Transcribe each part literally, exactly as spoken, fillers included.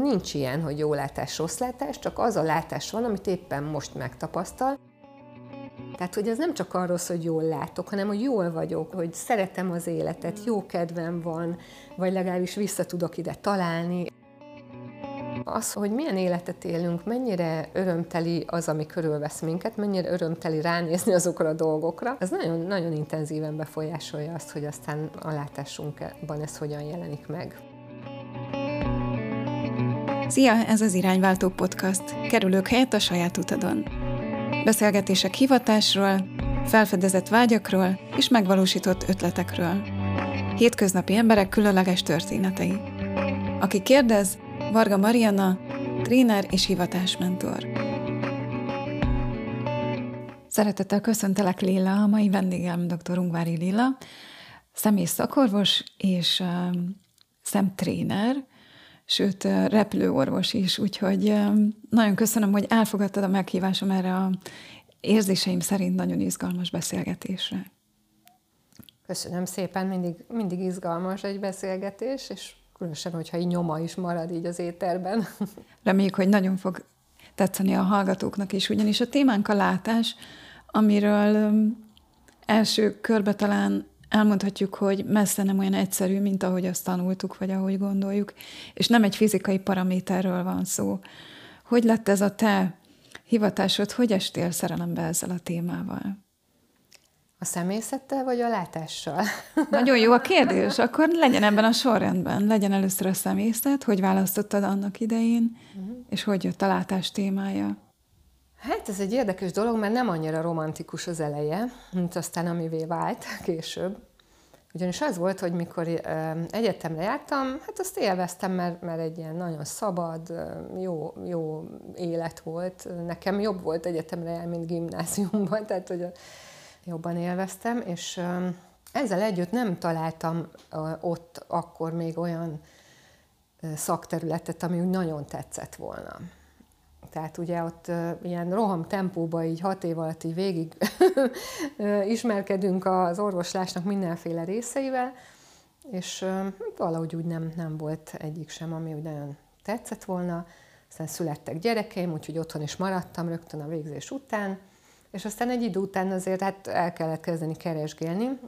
nincs ilyen, hogy jó látás, rossz látás, csak az a látás van, amit éppen most megtapasztal. Tehát, hogy ez nem csak arról szól, hogy jól látok, hanem, hogy jól vagyok, hogy szeretem az életet, jó kedvem van, vagy legalábbis vissza tudok ide találni. Az, hogy milyen életet élünk, mennyire örömteli az, ami körülvesz minket, mennyire örömteli ránézni azokra a dolgokra, ez nagyon, nagyon intenzíven befolyásolja azt, hogy aztán a látásunkban ez hogyan jelenik meg. Szia, ez az Irányváltó Podcast. Kerülők helyett a saját utadon. Beszélgetések hivatásról, felfedezett vágyakról és megvalósított ötletekről. Hétköznapi emberek különleges történetei. Aki kérdez, Varga Marianna, tréner és hivatásmentor. Szeretettel köszöntelek, Lilla, a mai vendégem dr. Ungvári Lilla, szemész szakorvos és uh, szemtréner, sőt, uh, repülőorvos is, úgyhogy uh, nagyon köszönöm, hogy elfogadtad a meghívásom erre a érzéseim szerint nagyon izgalmas beszélgetésre. Köszönöm szépen, mindig, mindig izgalmas egy beszélgetés, és különösen, hogyha így nyoma is marad így az éterben. Reméljük, hogy nagyon fog tetszeni a hallgatóknak is, ugyanis a témánk a látás, amiről első körbe talán elmondhatjuk, hogy messze nem olyan egyszerű, mint ahogy azt tanultuk, vagy ahogy gondoljuk, és nem egy fizikai paraméterről van szó. Hogy lett ez a te hivatásod, hogy estél szerelembe ezzel a témával? A szemészettel, vagy a látással? Nagyon jó a kérdés. Akkor legyen ebben a sorrendben. Legyen először a szemészet, hogy választottad annak idején, uh-huh. és hogy jött a látás témája? Hát ez egy érdekes dolog, mert nem annyira romantikus az eleje, mint aztán amivé vált később. Ugyanis az volt, hogy mikor egyetemre jártam, hát azt élveztem, mert, mert egy ilyen nagyon szabad, jó, jó élet volt. Nekem jobb volt egyetemre járni, mint gimnáziumban, tehát hogy jobban élveztem, és ezzel együtt nem találtam ott akkor még olyan szakterületet, ami úgy nagyon tetszett volna. Tehát ugye ott ilyen roham tempóban így hat év alatt így végig ismerkedünk az orvoslásnak mindenféle részeivel, és valahogy úgy nem, nem volt egyik sem, ami úgy nagyon tetszett volna. Aztán születtek gyerekeim, úgyhogy otthon is maradtam rögtön a végzés után, és aztán egy idő után azért hát el kellett kezdeni keresgélni.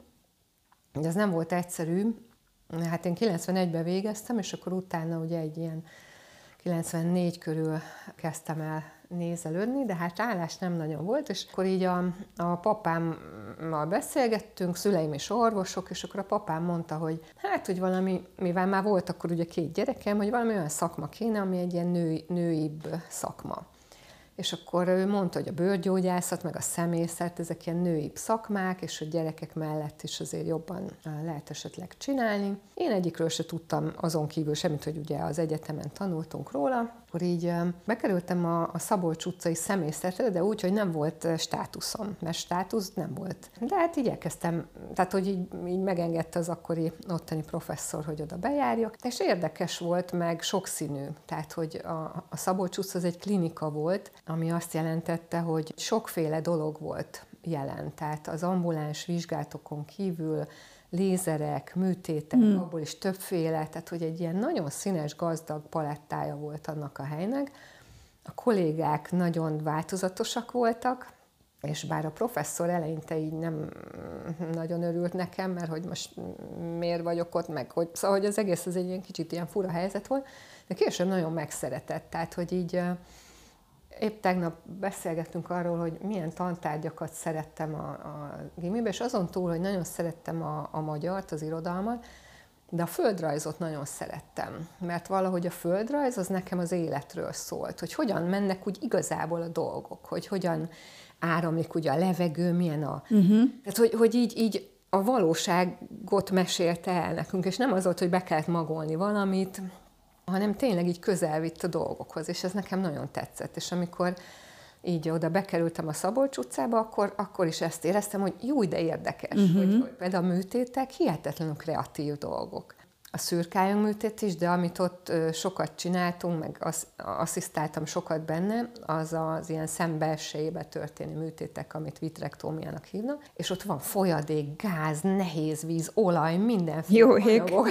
Ez nem volt egyszerű. Hát én kilencvenegyben végeztem, és akkor utána ugye egy ilyen kilencvennégy körül kezdtem el nézelődni, de hát állás nem nagyon volt, és akkor így a, a papámmal beszélgettünk, szüleim is orvosok, és akkor a papám mondta, hogy hát, hogy valami, mivel már volt akkor ugye két gyerekem, hogy valami olyan szakma kéne, ami egy ilyen női, nőibb szakma. És akkor ő mondta, hogy a bőrgyógyászat, meg a szemészet, ezek ilyen nőibb szakmák, és a gyerekek mellett is azért jobban lehet esetleg csinálni. Én egyikről se tudtam azon kívül semmit, hogy ugye az egyetemen tanultunk róla. Akkor így bekerültem a, a Szabolcs utcai szemészetre, de úgy, hogy nem volt státuszom, mert státusz nem volt. De hát így elkezdtem, tehát hogy így, így megengedte az akkori ottani professzor, hogy oda bejárjak. És érdekes volt, meg sokszínű. Tehát, hogy a, a Szabolcs utca az egy klinika volt, ami azt jelentette, hogy sokféle dolog volt jelen. Tehát az ambuláns vizsgálatokon kívül lézerek, műtétek, hmm. abból is többféle, tehát hogy egy ilyen nagyon színes, gazdag palettája volt annak a helynek. A kollégák nagyon változatosak voltak, és bár a professzor eleinte így nem nagyon örült nekem, mert hogy most miért vagyok ott, meg hogy, szóval hogy az egész az egy ilyen kicsit ilyen fura helyzet volt, de később nagyon megszeretett, tehát hogy így épp tegnap beszélgettünk arról, hogy milyen tantárgyakat szerettem a, a gimibe, és azon túl, hogy nagyon szerettem a, a magyart, az irodalmat, de a földrajzot nagyon szerettem, mert valahogy a földrajz az nekem az életről szólt, hogy hogyan mennek úgy igazából a dolgok, hogy hogyan áramlik ugye a levegő, milyen a... Uh-huh. Tehát, hogy, hogy így, így a valóságot mesélte el nekünk, és nem az volt, hogy be kellett magolni valamit, hanem tényleg így közel vitt a dolgokhoz, és ez nekem nagyon tetszett. És amikor így oda bekerültem a Szabolcs utcába, akkor, akkor is ezt éreztem, hogy jó, de érdekes, uh-huh. hogy, hogy például a műtétek hihetetlenül kreatív dolgok. a szürkályom műtét is, de amit ott sokat csináltunk, meg az, asszisztáltam sokat benne, az az ilyen szembelsejébe történő műtétek, amit vitrektómiának hívnak, és ott van folyadék, gáz, nehéz víz, olaj, mindenféle Jó anyagok.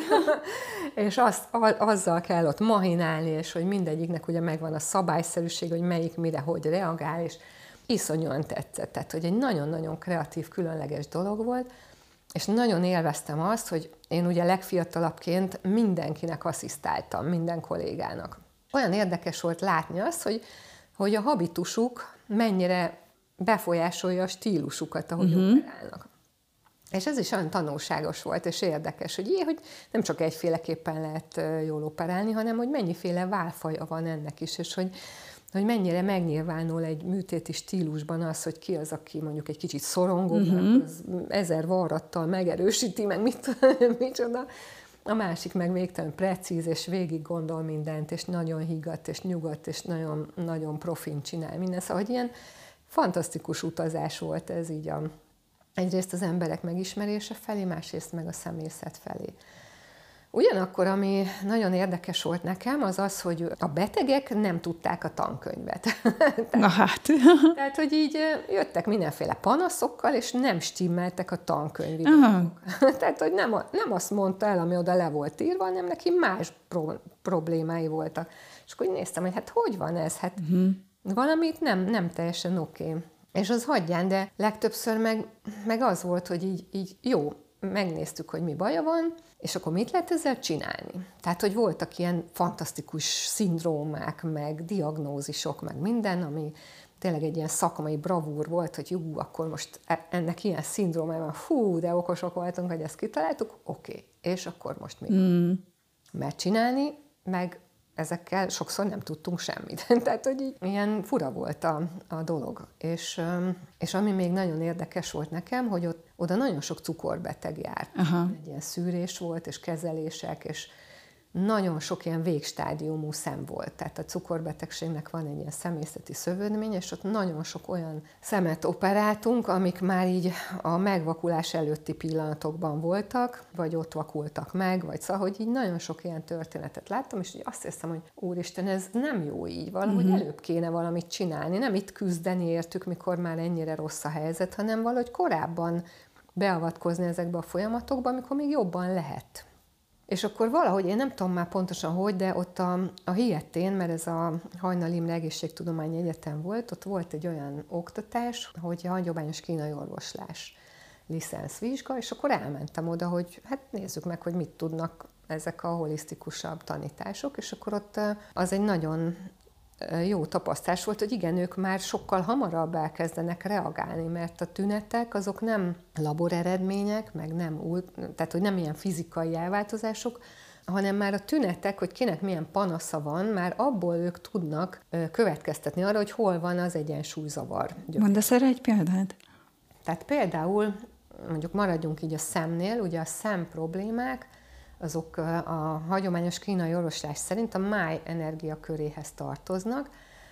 És azt, azzal kell ott mahinálni, és hogy mindegyiknek ugye megvan a szabályszerűség, hogy melyik mire hogy reagál, és iszonyúan tetszett. Tehát, hogy egy nagyon-nagyon kreatív, különleges dolog volt, és nagyon élveztem azt, hogy én ugye legfiatalabbként mindenkinek asszisztáltam, minden kollégának. Olyan érdekes volt látni azt, hogy, hogy a habitusuk mennyire befolyásolja a stílusukat, ahogy uh-huh. operálnak. És ez is olyan tanulságos volt, és érdekes, hogy, jé, hogy nem csak egyféleképpen lehet jól operálni, hanem hogy mennyiféle válfaja van ennek is, és hogy hogy mennyire megnyilvánul egy műtéti stílusban az, hogy ki az, aki mondjuk egy kicsit szorongó, uh-huh. az ezer varrattal megerősíti, meg mit, micsoda. A másik meg végtelen precíz, és végig gondol mindent, és nagyon higgadt, és nyugodt, és nagyon, nagyon profin csinál minden. Szóval, hogy ilyen fantasztikus utazás volt ez így a, egyrészt az emberek megismerése felé, másrészt meg a személyzet felé. Ugyanakkor, ami nagyon érdekes volt nekem, az az, hogy a betegek nem tudták a tankönyvet. tehát, Na hát. tehát, hogy így jöttek mindenféle panaszokkal, és nem stimmeltek a tankönyv. Tehát, hogy nem, nem azt mondta el, ami oda le volt írva, hanem neki más pro- problémái voltak. És akkor néztem, hogy hát hogy van ez? Hát uh-huh. valamit nem, nem teljesen oké. Okay. És az hagyján, de legtöbbször meg, meg az volt, hogy így, így jó, megnéztük, hogy mi baja van, és akkor mit lehet ezzel csinálni? Tehát, hogy voltak ilyen fantasztikus szindrómák, meg diagnózisok, meg minden, ami tényleg egy ilyen szakmai bravúr volt, hogy jú, akkor most ennek ilyen szindrómája van, hú, de okosok voltunk, hogy ezt kitaláltuk, oké, okay. És akkor most mi mm. Mert csinálni, meg ezekkel sokszor nem tudtunk semmit. Tehát, hogy így ilyen fura volt a, a dolog. És, és ami még nagyon érdekes volt nekem, hogy ott, oda nagyon sok cukorbeteg járt. Aha. Egy ilyen szűrés volt, és kezelések, és nagyon sok ilyen végstádiumú szem volt. Tehát a cukorbetegségnek van egy ilyen személyzeti szövődmény, és ott nagyon sok olyan szemet operáltunk, amik már így a megvakulás előtti pillanatokban voltak, vagy ott vakultak meg, vagy szóval, hogy így nagyon sok ilyen történetet láttam, és így azt hiszem, hogy úristen, ez nem jó így, valahogy uh-huh. előbb kéne valamit csinálni, nem itt küzdeni értük, mikor már ennyire rossz a helyzet, hanem valahogy korábban beavatkozni ezekbe a folyamatokba, amikor még jobban lehet. És akkor valahogy, én nem tudom már pontosan hogy, de ott a, a Hietén, mert ez a Hajnal Imre Egészségtudományi Egyetem volt, ott volt egy olyan oktatás, hogy a hagyományos kínai orvoslás licenszvizsga, és akkor elmentem oda, hogy hát nézzük meg, hogy mit tudnak ezek a holisztikusabb tanítások, és akkor ott az egy nagyon jó tapasztalás volt, hogy igen, ők már sokkal hamarabb elkezdenek reagálni, mert a tünetek azok nem laboreredmények, meg nem, tehát hogy nem ilyen fizikai elváltozások, hanem már a tünetek, hogy kinek milyen panasza van, már abból ők tudnak következtetni arra, hogy hol van az egyensúlyzavar. Mondasz erre egy példát? Tehát például, mondjuk maradjunk így a szemnél, ugye a szem problémák, azok a hagyományos kínai orvoslás szerint a máj energia köréhez tartoznak,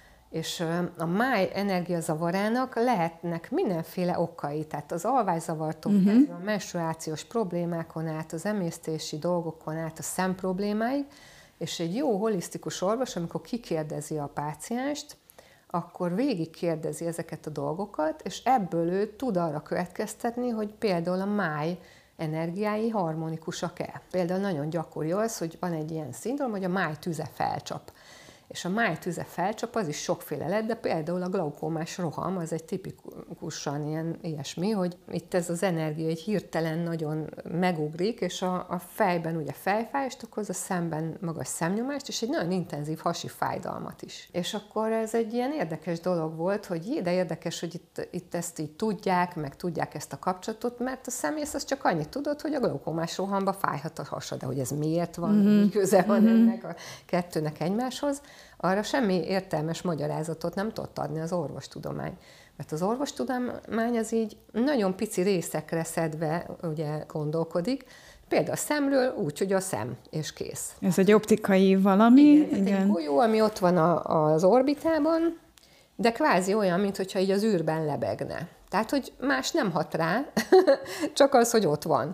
és a máj energia zavarának lehetnek mindenféle okai, tehát az alvászavartól uh-huh. kezdve a menstruációs problémákon át, az emésztési dolgokon át, a szem problémáig, és egy jó holisztikus orvos, amikor kikérdezi a pácienst, akkor végig kérdezi ezeket a dolgokat, és ebből ő tud arra következtetni, hogy például a máj energiái harmonikusak-e. Például nagyon gyakori az, hogy van egy ilyen szindróma, hogy a máj tüze felcsap. És a máj tüze felcsap, az is sokféle lett, de például a glaukómás roham, az egy tipikusan ilyen ilyesmi, hogy itt ez az energia egy hirtelen nagyon megugrik, és a, a fejben ugye fejfájást okoz, a szemben magas szemnyomást, és egy nagyon intenzív hasi fájdalmat is. És akkor ez egy ilyen érdekes dolog volt, hogy jé, de érdekes, hogy itt, itt ezt így tudják, meg tudják ezt a kapcsolatot, mert a szemész az csak annyit tudod, hogy a glaukómás rohamba fájhat a hasa, de hogy ez miért van, mm-hmm. mi köze van mm-hmm. ennek a kettőnek egymáshoz, arra semmi értelmes magyarázatot nem tudott adni az orvostudomány. Mert az orvostudomány az így nagyon pici részekre szedve ugye gondolkodik, például a szemről úgy, hogy a szem, és kész. Ez egy optikai valami. Igen, igen. Egy golyó, ami ott van a, az orbitában, de kvázi olyan, mintha így az űrben lebegne. Tehát, hogy más nem hat rá, csak az, hogy ott van.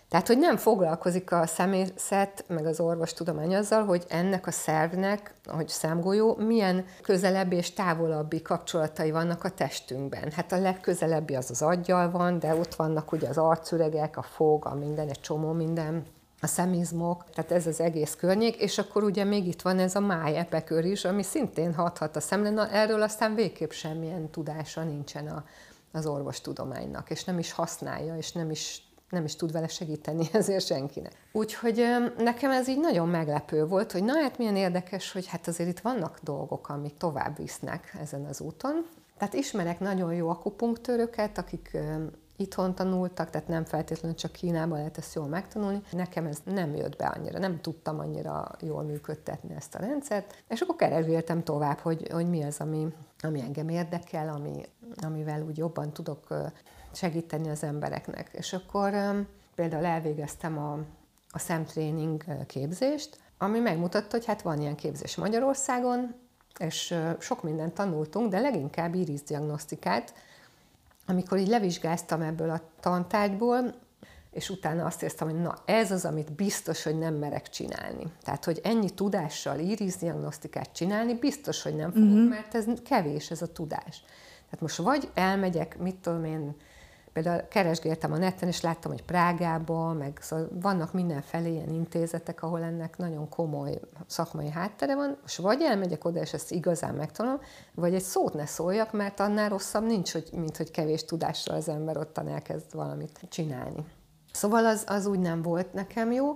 Tehát, hogy nem foglalkozik a szemészet, meg az orvostudomány azzal, hogy ennek a szervnek, ahogy szemgolyó, milyen közelebbi és távolabbi kapcsolatai vannak a testünkben. Hát a legközelebbi az az aggyal van, de ott vannak ugye az arcüregek, a fog, a minden, egy csomó minden, a szemizmok, tehát ez az egész környék, és akkor ugye még itt van ez a májepekör is, ami szintén hathat a szemre, na erről aztán végképp semmilyen tudása nincsen a, az orvostudománynak, és nem is használja, és nem is nem is tud vele segíteni ezért senkinek. Úgyhogy nekem ez így nagyon meglepő volt, hogy na hát milyen érdekes, hogy hát azért itt vannak dolgok, amik tovább visznek ezen az úton. Tehát ismerek nagyon jó akupunktőröket, akik itthon tanultak, tehát nem feltétlenül csak Kínában lehet ezt jól megtanulni. Nekem ez nem jött be annyira, nem tudtam annyira jól működtetni ezt a rendszert, és akkor keresgéltem tovább, hogy, hogy mi az, ami, ami engem érdekel, ami, amivel úgy jobban tudok segíteni az embereknek. És akkor um, például elvégeztem a, a szemtréning képzést, ami megmutatta, hogy hát van ilyen képzés Magyarországon, és uh, sok mindent tanultunk, de leginkább íriszdiagnosztikát, amikor így levizsgáztam ebből a tantárgyból, és utána azt éreztem, hogy na ez az, amit biztos, hogy nem merek csinálni. Tehát, hogy ennyi tudással íriszdiagnosztikát csinálni, biztos, hogy nem fogok, uh-huh. mert ez kevés, ez a tudás. Tehát most vagy elmegyek, mit tudom én, például keresgéltem a neten, és láttam, hogy Prágában, meg szóval vannak mindenfelé ilyen intézetek, ahol ennek nagyon komoly szakmai háttere van, és vagy elmegyek oda, és ezt igazán megtanulom, vagy egy szót ne szóljak, mert annál rosszabb nincs, hogy, mint hogy kevés tudással az ember ottan elkezd valamit csinálni. Szóval az, az úgy nem volt nekem jó,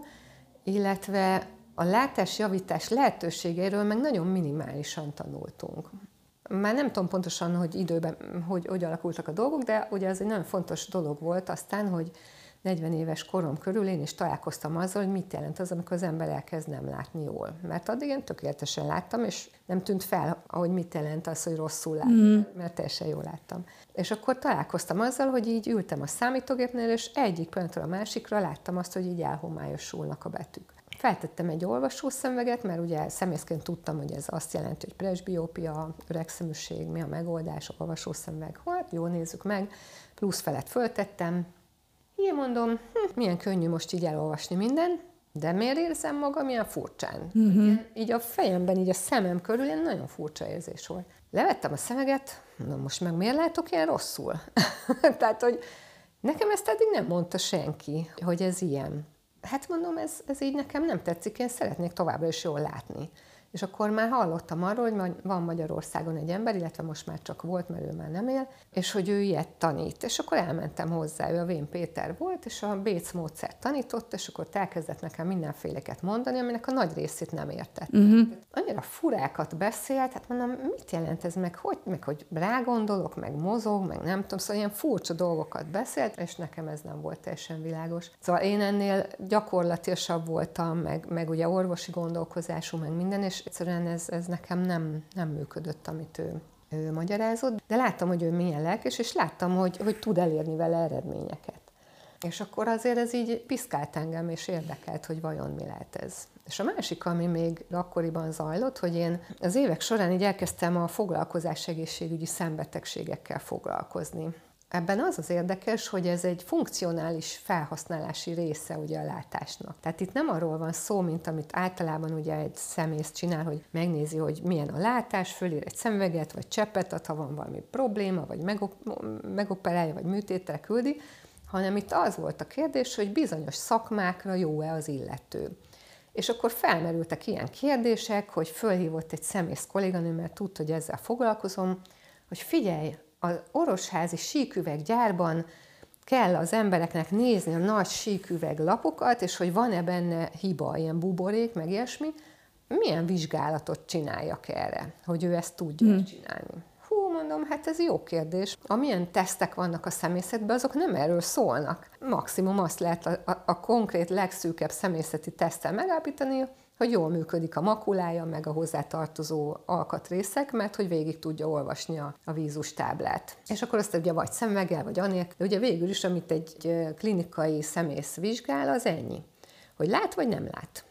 illetve a látásjavítás lehetőségeiről meg nagyon minimálisan tanultunk. Már nem tudom pontosan, hogy időben, hogy, hogy alakultak a dolgok, de ugye ez egy nagyon fontos dolog volt aztán, hogy negyven éves korom körül én is találkoztam azzal, hogy mit jelent az, amikor az ember elkezd nem látni jól. Mert addig én tökéletesen láttam, és nem tűnt fel, hogy mit jelent az, hogy rosszul látom, mm. mert teljesen jól láttam. És akkor találkoztam azzal, hogy így ültem a számítógépnél, és egyik pillanatról a másikra láttam azt, hogy így elhomályosulnak a betűk. Feltettem egy olvasószemüveget, mert ugye szemészként tudtam, hogy ez azt jelenti, hogy presbiópia, öregszeműség, mi a megoldás, olvasószemüveg. Hát jó, nézzük meg. Plusz felett föltettem. Így mondom, hm, milyen könnyű most így elolvasni minden, de miért érzem magam ilyen furcsán? Uh-huh. Így a fejemben, így a szemem körül ilyen nagyon furcsa érzés volt. Levettem a szemeget, mondom, most meg miért látok ilyen rosszul? Tehát, hogy nekem ezt eddig nem mondta senki, hogy ez ilyen. Hát mondom, ez, ez így nekem nem tetszik, én szeretnék továbbra is jól látni. És akkor már hallottam arról, hogy van Magyarországon egy ember, illetve most már csak volt, mert ő már nem él, és hogy ő ilyet tanít. És akkor elmentem hozzá, ő a Vén Péter volt, és a Bécz módszert tanított, és akkor elkezdett nekem mindenféleket mondani, aminek a nagy részét nem értett. Uh-huh. Annyira furákat beszélt, hát mondom, mit jelent ez, meg hogy, meg hogy rágondolok, meg mozog, meg nem tudom, szóval ilyen furcsa dolgokat beszélt, és nekem ez nem volt teljesen világos. Szóval én ennél gyakorlatilasabb voltam, meg, meg ugye orvosi gondolkozású, meg minden, és egyszerűen ez, ez nekem nem, nem működött, amit ő, ő magyarázott, de láttam, hogy ő milyen lelkes, és láttam, hogy, hogy tud elérni vele eredményeket. És akkor azért ez így piszkált engem, és érdekelt, hogy vajon mi lehet ez. És a másik, ami még akkoriban zajlott, hogy én az évek során így elkezdtem a foglalkozás egészségügyi szembetegségekkel foglalkozni. Ebben az az érdekes, hogy ez egy funkcionális felhasználási része ugye a látásnak. Tehát itt nem arról van szó, mint amit általában ugye egy szemész csinál, hogy megnézi, hogy milyen a látás, fölír egy szemüveget, vagy cseppet ad, ha van valami probléma, vagy megoperálja, vagy műtétre küldi, hanem itt az volt a kérdés, hogy bizonyos szakmákra jó-e az illető. És akkor felmerültek ilyen kérdések, hogy fölhívott egy szemész kolléganő, mert tudta, hogy ezzel foglalkozom, hogy figyelj, az orosházi síküveggyárban kell az embereknek nézni a nagy síküveglapokat, és hogy van-e benne hiba, ilyen buborék, meg ilyesmi, milyen vizsgálatot csináljak erre, hogy ő ezt tudja hmm. csinálni. Hú, mondom, hát ez jó kérdés. Amilyen tesztek vannak a szemészetben, azok nem erről szólnak. Maximum azt lehet a, a, a konkrét legszűkebb szemészeti teszttel megállapítani, hogy jól működik a makulája, meg a hozzátartozó alkatrészek, mert hogy végig tudja olvasni a, a vízus táblát. És akkor azt ugye vagy szemüveggel, vagy anélkül, de ugye végül is, amit egy klinikai szemész vizsgál, az ennyi. Hogy lát, vagy nem lát.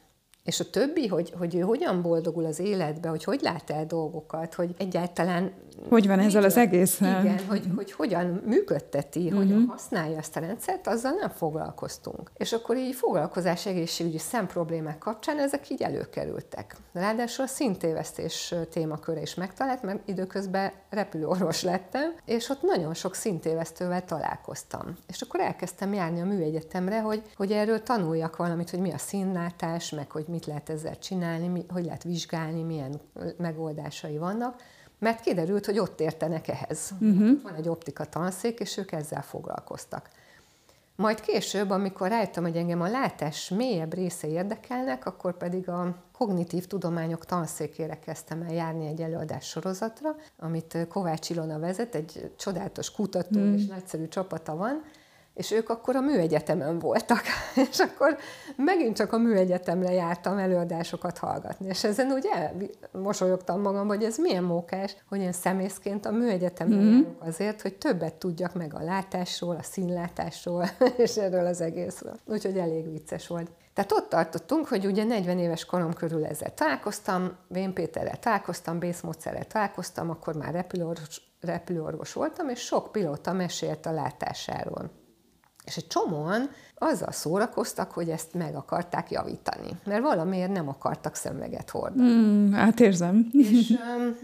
És a többi, hogy, hogy ő hogyan boldogul az életbe, hogy hogy lát el dolgokat, hogy egyáltalán... Hogy van ezzel az egésszel? Igen, hogy, hogy hogyan működteti, uh-huh. hogyan használja ezt a rendszert, azzal nem foglalkoztunk. És akkor így foglalkozás egészségügyi szemproblémák kapcsán ezek így előkerültek. Ráadásul a színtévesztés témaköre is megtalált, mert időközben repülőorvos lettem, és ott nagyon sok színtévesztővel találkoztam. És akkor elkezdtem járni a műegyetemre, hogy, hogy erről tanuljak valamit, hogy mi a színlátás, meg hogy mit lehet ezzel csinálni, mi, hogy lehet vizsgálni, milyen megoldásai vannak, mert kiderült, hogy ott értenek ehhez. Uh-huh. Van egy optika tanszék, és ők ezzel foglalkoztak. Majd később, amikor rájöttem, hogy engem a látás mélyebb része érdekelnek, akkor pedig a kognitív tudományok tanszékére kezdtem el járni egy előadás sorozatra, amit Kovács Ilona vezet, egy csodálatos kutató uh-huh. és nagyszerű csapata van, és ők akkor a műegyetemen voltak, és akkor megint csak a műegyetemre jártam előadásokat hallgatni, és ezen úgy elmosolyogtam magam, hogy ez milyen mókás, hogy én szemészként a műegyetemre mm-hmm. járok azért, hogy többet tudjak meg a látásról, a színlátásról, és erről az egészről. Úgyhogy elég vicces volt. Tehát ott tartottunk, hogy ugye negyven éves korom körül ezzel találkoztam, Vén Péterrel találkoztam, Bészmódszerrel találkoztam, akkor már repülőorvos, repülőorvos voltam, és sok pilóta mesélt a látásáról. És egy csomóan azzal szórakoztak, hogy ezt meg akarták javítani, mert valamiért nem akartak szemüveget hordani. Mm, hát érzem. És,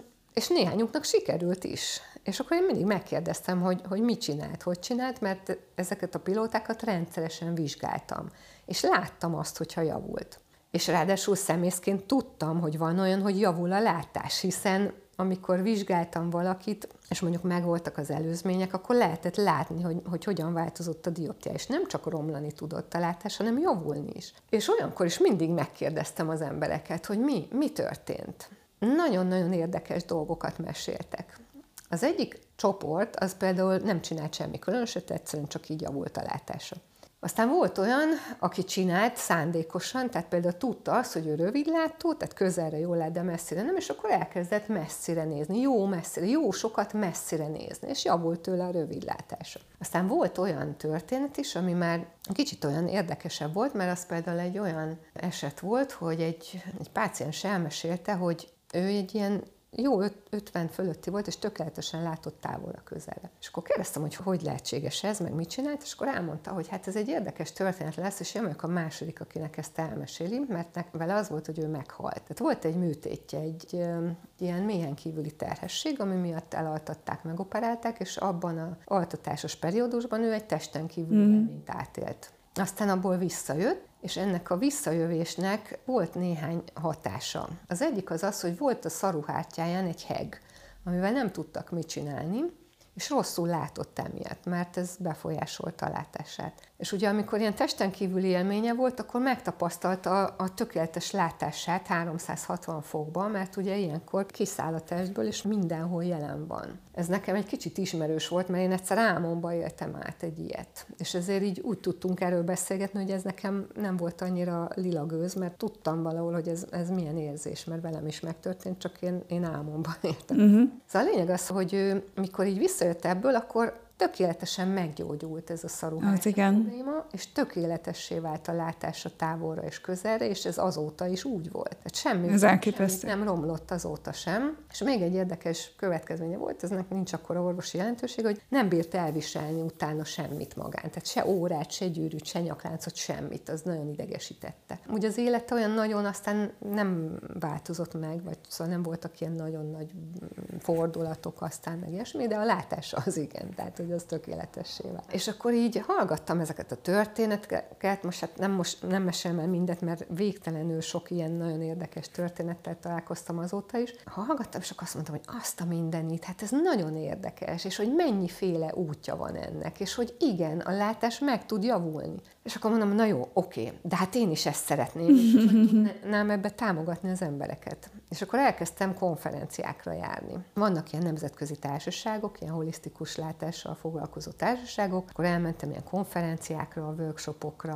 és néhányuknak sikerült is. És akkor én mindig megkérdeztem, hogy, hogy mit csinált, hogy csinált, mert ezeket a pilótákat rendszeresen vizsgáltam. És láttam azt, hogyha javult. És ráadásul szemészként tudtam, hogy van olyan, hogy javul a látás, hiszen amikor vizsgáltam valakit, és mondjuk megvoltak az előzmények, akkor lehetett látni, hogy, hogy hogyan változott a dioptria, és nem csak romlani tudott a látás, hanem javulni is. És olyankor is mindig megkérdeztem az embereket, hogy mi, mi történt. Nagyon-nagyon érdekes dolgokat meséltek. Az egyik csoport, az például nem csinált semmi különöset, egyszerűen csak így javult a látása. Aztán volt olyan, aki csinált szándékosan, tehát például tudta azt, hogy ő rövidlátó, tehát közelre jól lát, de messzire nem, és akkor elkezdett messzire nézni, jó messzire, jó sokat messzire nézni, és javult tőle a rövidlátása. Aztán volt olyan történet is, ami már kicsit olyan érdekesebb volt, mert az például egy olyan eset volt, hogy egy, egy páciens elmesélte, hogy ő egy ilyen jó ötven fölötti volt, és tökéletesen látott távolra közelre. És akkor kérdeztem, hogy hogy lehetséges ez, meg mit csinált, és akkor elmondta, hogy hát ez egy érdekes történet lesz, és én vagyok a második, akinek ezt elmeséli, mert vele az volt, hogy ő meghalt. Tehát volt egy műtétje, egy ö, ilyen mélyen kívüli terhesség, ami miatt elaltatták, megoperálták, és abban az altatásos periódusban ő egy testen kívüli mm. élményt átélt. Aztán abból visszajött, és ennek a visszajövésnek volt néhány hatása. Az egyik az az, hogy volt a szaruhártyáján egy heg, amivel nem tudtak mit csinálni, és rosszul látott emiatt, mert ez befolyásolta a látását. És ugye amikor ilyen testen kívüli élménye volt, akkor megtapasztalta a, a tökéletes látását háromszázhatvan fokban, mert ugye ilyenkor kiszáll a testből, és mindenhol jelen van. Ez nekem egy kicsit ismerős volt, mert én egyszer álmomban éltem át egy ilyet. És ezért így úgy tudtunk erről beszélgetni, hogy ez nekem nem volt annyira lilagőz, mert tudtam valahol, hogy ez, ez milyen érzés, mert velem is megtörtént, csak én, én álmomban éltem. Uh-huh. Szóval a lényeg az, hogy ő, mikor így visszajött ebből, akkor tökéletesen meggyógyult ez a szaruhártya probléma, és tökéletessé vált a látása távolra és közelre, és ez azóta is úgy volt. Tehát semmi, semmit nem romlott azóta sem. És még egy érdekes következménye volt, eznek nincs akkora orvosi jelentőség, hogy nem bírt elviselni utána semmit magán. Tehát se órát, se gyűrűt, se nyakláncot, semmit. Az nagyon idegesítette. Ugye az élete olyan nagyon aztán nem változott meg, vagy szóval nem voltak ilyen nagyon nagy fordulatok aztán meg ilyesmi, de a látása az igen. Tehát, hogy az tökéletessé vált. És akkor így hallgattam ezeket a történeteket, most hát nem, most nem mesélem el mindet, mert végtelenül sok ilyen nagyon érdekes történettel találkoztam azóta is. Hallgattam, és akkor azt mondtam, hogy azt a mindenit, hát ez nagyon érdekes, és hogy mennyiféle útja van ennek, és hogy igen, a látás meg tud javulni. És akkor mondom, na jó, oké, de hát én is ezt szeretném, és hogy tudnám ebbe támogatni az embereket. És akkor elkezdtem konferenciákra járni. Vannak ilyen nemzetközi társaságok, ilyen holisztikus látással foglalkozó társaságok, akkor elmentem ilyen konferenciákra, workshopokra,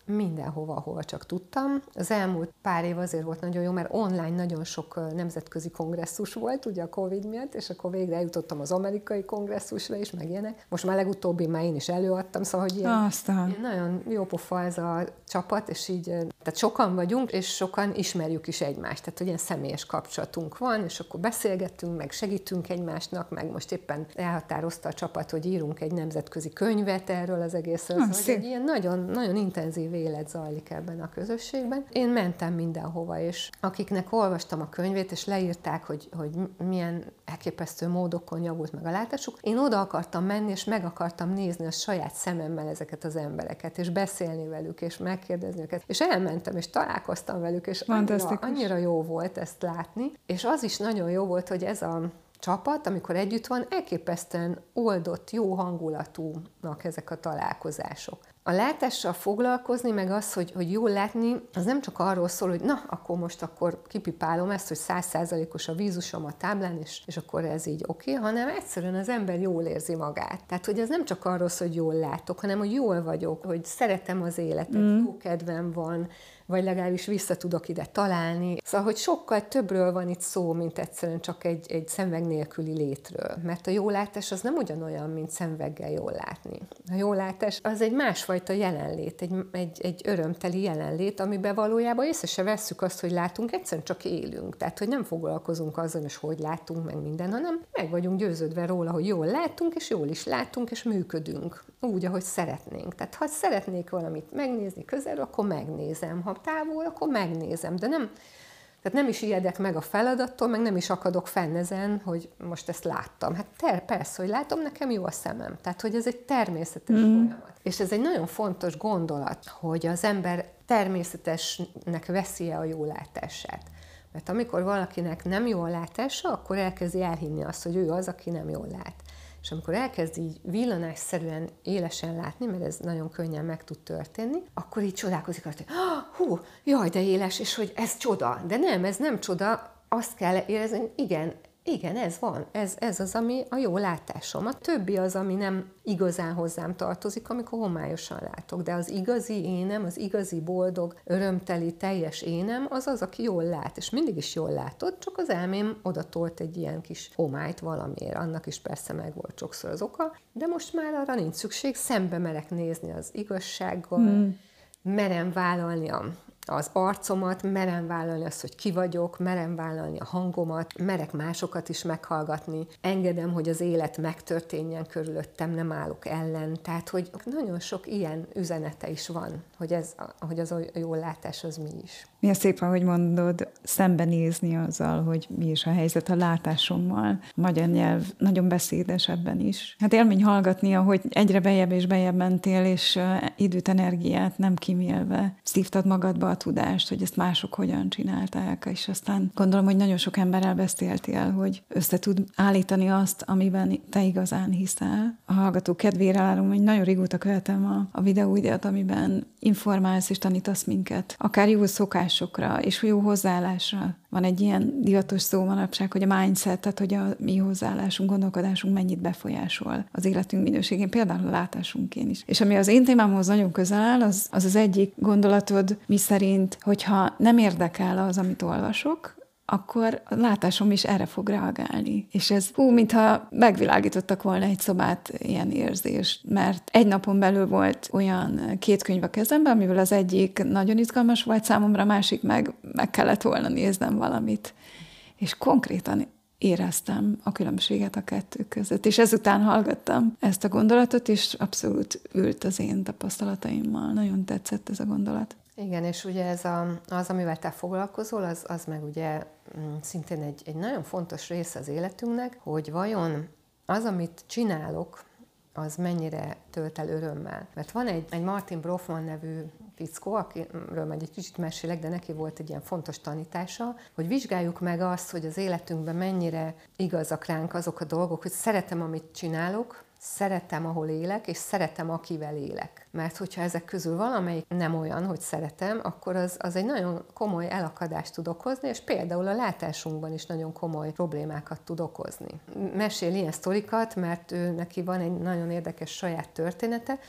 mindenhova, ahova csak tudtam. Az elmúlt pár év azért volt nagyon jó, mert online nagyon sok nemzetközi kongresszus volt, ugye a Covid miatt, és akkor végre eljutottam az amerikai kongresszusra is, meg ilyenek. Most már legutóbbi már én is előadtam, szóval, hogy ilyen, ilyen nagyon jó pofa ez a csapat, és így, tehát sokan vagyunk, és sokan ismerjük is egymást, tehát hogy ilyen személyes kapcsolatunk van, és akkor beszélgetünk, meg segítünk egymásnak, meg most éppen elhatározta a csapat, hogy írunk egy nemzetközi könyvet erről az egészről, szóval, hogy egy ilyen nagyon, nagyon intenzív élet zajlik ebben a közösségben. Én mentem mindenhova, és akiknek olvastam a könyvét, és leírták, hogy, hogy milyen elképesztő módokon javult meg a látásuk, én oda akartam menni, és meg akartam nézni a saját szememmel ezeket az embereket, és beszélni velük, és megkérdezni őket. És elmentem, és találkoztam velük, és annyira, annyira jó volt ezt látni. És az is nagyon jó volt, hogy ez a csapat, amikor együtt van, elképesztően oldott, jó hangulatúnak ezek a találkozások. A látással foglalkozni, meg az, hogy, hogy jól látni, az nem csak arról szól, hogy na, akkor most akkor kipipálom ezt, hogy száz százalékos a vízusom a táblán, és, és akkor ez így oké, okay, hanem egyszerűen az ember jól érzi magát. Tehát, hogy ez nem csak arról szól, hogy jól látok, hanem, hogy jól vagyok, hogy szeretem az életet, mm. jó kedvem van, vagy legalábbis vissza tudok ide találni. Szóval, hogy sokkal többről van itt szó, mint egyszerűen csak egy, egy szemüveg nélküli létről. Mert a jólátás az nem ugyanolyan, mint szemüveggel jól látni. A jólátás az egy másfajta jelenlét, egy, egy, egy örömteli jelenlét, amiben valójában észre se vesszük azt, hogy látunk, egyszerűen csak élünk. Tehát, hogy nem foglalkozunk azzal, és hogy látunk meg minden, hanem meg vagyunk győződve róla, hogy jól látunk, és jól is látunk, és működünk úgy, ahogy szeretnénk. Tehát, ha szeretnék valamit megnézni közelről, akkor megnézem. Ha távol, akkor megnézem, de nem, tehát nem is ijedek meg a feladattól, meg nem is akadok fenn ezen, hogy most ezt láttam. Hát ter, persze, hogy látom, nekem jó a szemem. Tehát, hogy ez egy természetes mm. folyamat. És ez egy nagyon fontos gondolat, hogy az ember természetesnek veszi-e a jólátását. Mert amikor valakinek nem jó a látása, akkor elkezdi elhinni azt, hogy ő az, aki nem jól lát. És amikor elkezd így villanásszerűen élesen látni, mert ez nagyon könnyen meg tud történni, akkor így csodálkozik, hogy hú, jaj, de éles, és hogy ez csoda. De nem, ez nem csoda, azt kell érezni, hogy igen, igen, ez van, ez, ez az, ami a jó látásom. A többi az, ami nem igazán hozzám tartozik, amikor homályosan látok. De az igazi énem, az igazi boldog, örömteli, teljes énem, az az, aki jól lát. És mindig is jól látod, csak az elmém oda tolt egy ilyen kis homályt valamiért. Annak is persze meg volt sokszor az oka, de most már arra nincs szükség, szembe merek nézni az igazsággal, hmm. merem vállalni a az arcomat, merem vállalni azt, hogy ki vagyok, merem vállalni a hangomat, merek másokat is meghallgatni, engedem, hogy az élet megtörténjen körülöttem, nem állok ellen. Tehát, hogy nagyon sok ilyen üzenete is van, hogy, ez, hogy az a jól látás az mi is. Milyen szép, ahogy mondod, szembenézni azzal, hogy mi is a helyzet a látásommal. A magyar nyelv nagyon beszédes ebben is. Hát élmény hallgatni, ahogy egyre bejebb és bejebb mentél, és időt, energiát nem kimélve szívtad magadba a tudást, hogy ezt mások hogyan csinálták, és aztán gondolom, hogy nagyon sok emberrel beszéltél, hogy össze tud állítani azt, amiben te igazán hiszel. A hallgató kedvére állom, hogy nagyon régóta követem a, a videóidat, amiben informálsz és tanítasz minket, akár jó szokásokra és jó hozzáállásra. Van egy ilyen divatos szó manapság, hogy a mindset, tehát hogy a mi hozzáállásunk, gondolkodásunk mennyit befolyásol az életünk minőségén, például a látásunkén is. És ami az én témámhoz nagyon közel áll, az az, az egyik gondolatod, mi szerint, hogyha nem érdekel az, amit olvasok, akkor a látásom is erre fog reagálni. És ez hú, mintha megvilágítottak volna egy szobát, ilyen érzés. Mert egy napon belül volt olyan két könyv a kezemben, amiből az egyik nagyon izgalmas volt számomra, a másik meg meg kellett volna néznem valamit. És konkrétan éreztem a különbséget a kettő között. És ezután hallgattam ezt a gondolatot, és abszolút ült az én tapasztalataimmal. Nagyon tetszett ez a gondolat. Igen, és ugye ez a, az, amivel te foglalkozol, az, az meg ugye szintén egy, egy nagyon fontos része az életünknek, hogy vajon az, amit csinálok, az mennyire tölt el örömmel. Mert van egy, egy Martin Brofman nevű fickó, akiről majd egy kicsit mesélek, de neki volt egy ilyen fontos tanítása, hogy vizsgáljuk meg azt, hogy az életünkben mennyire igazak ránk azok a dolgok, hogy szeretem, amit csinálok, szeretem, ahol élek, és szeretem, akivel élek. Mert hogyha ezek közül valamelyik nem olyan, hogy szeretem, akkor az, az egy nagyon komoly elakadást tud okozni, és például a látásunkban is nagyon komoly problémákat tud okozni. Mesél ilyen sztorikat, mert ő neki van egy nagyon érdekes saját története.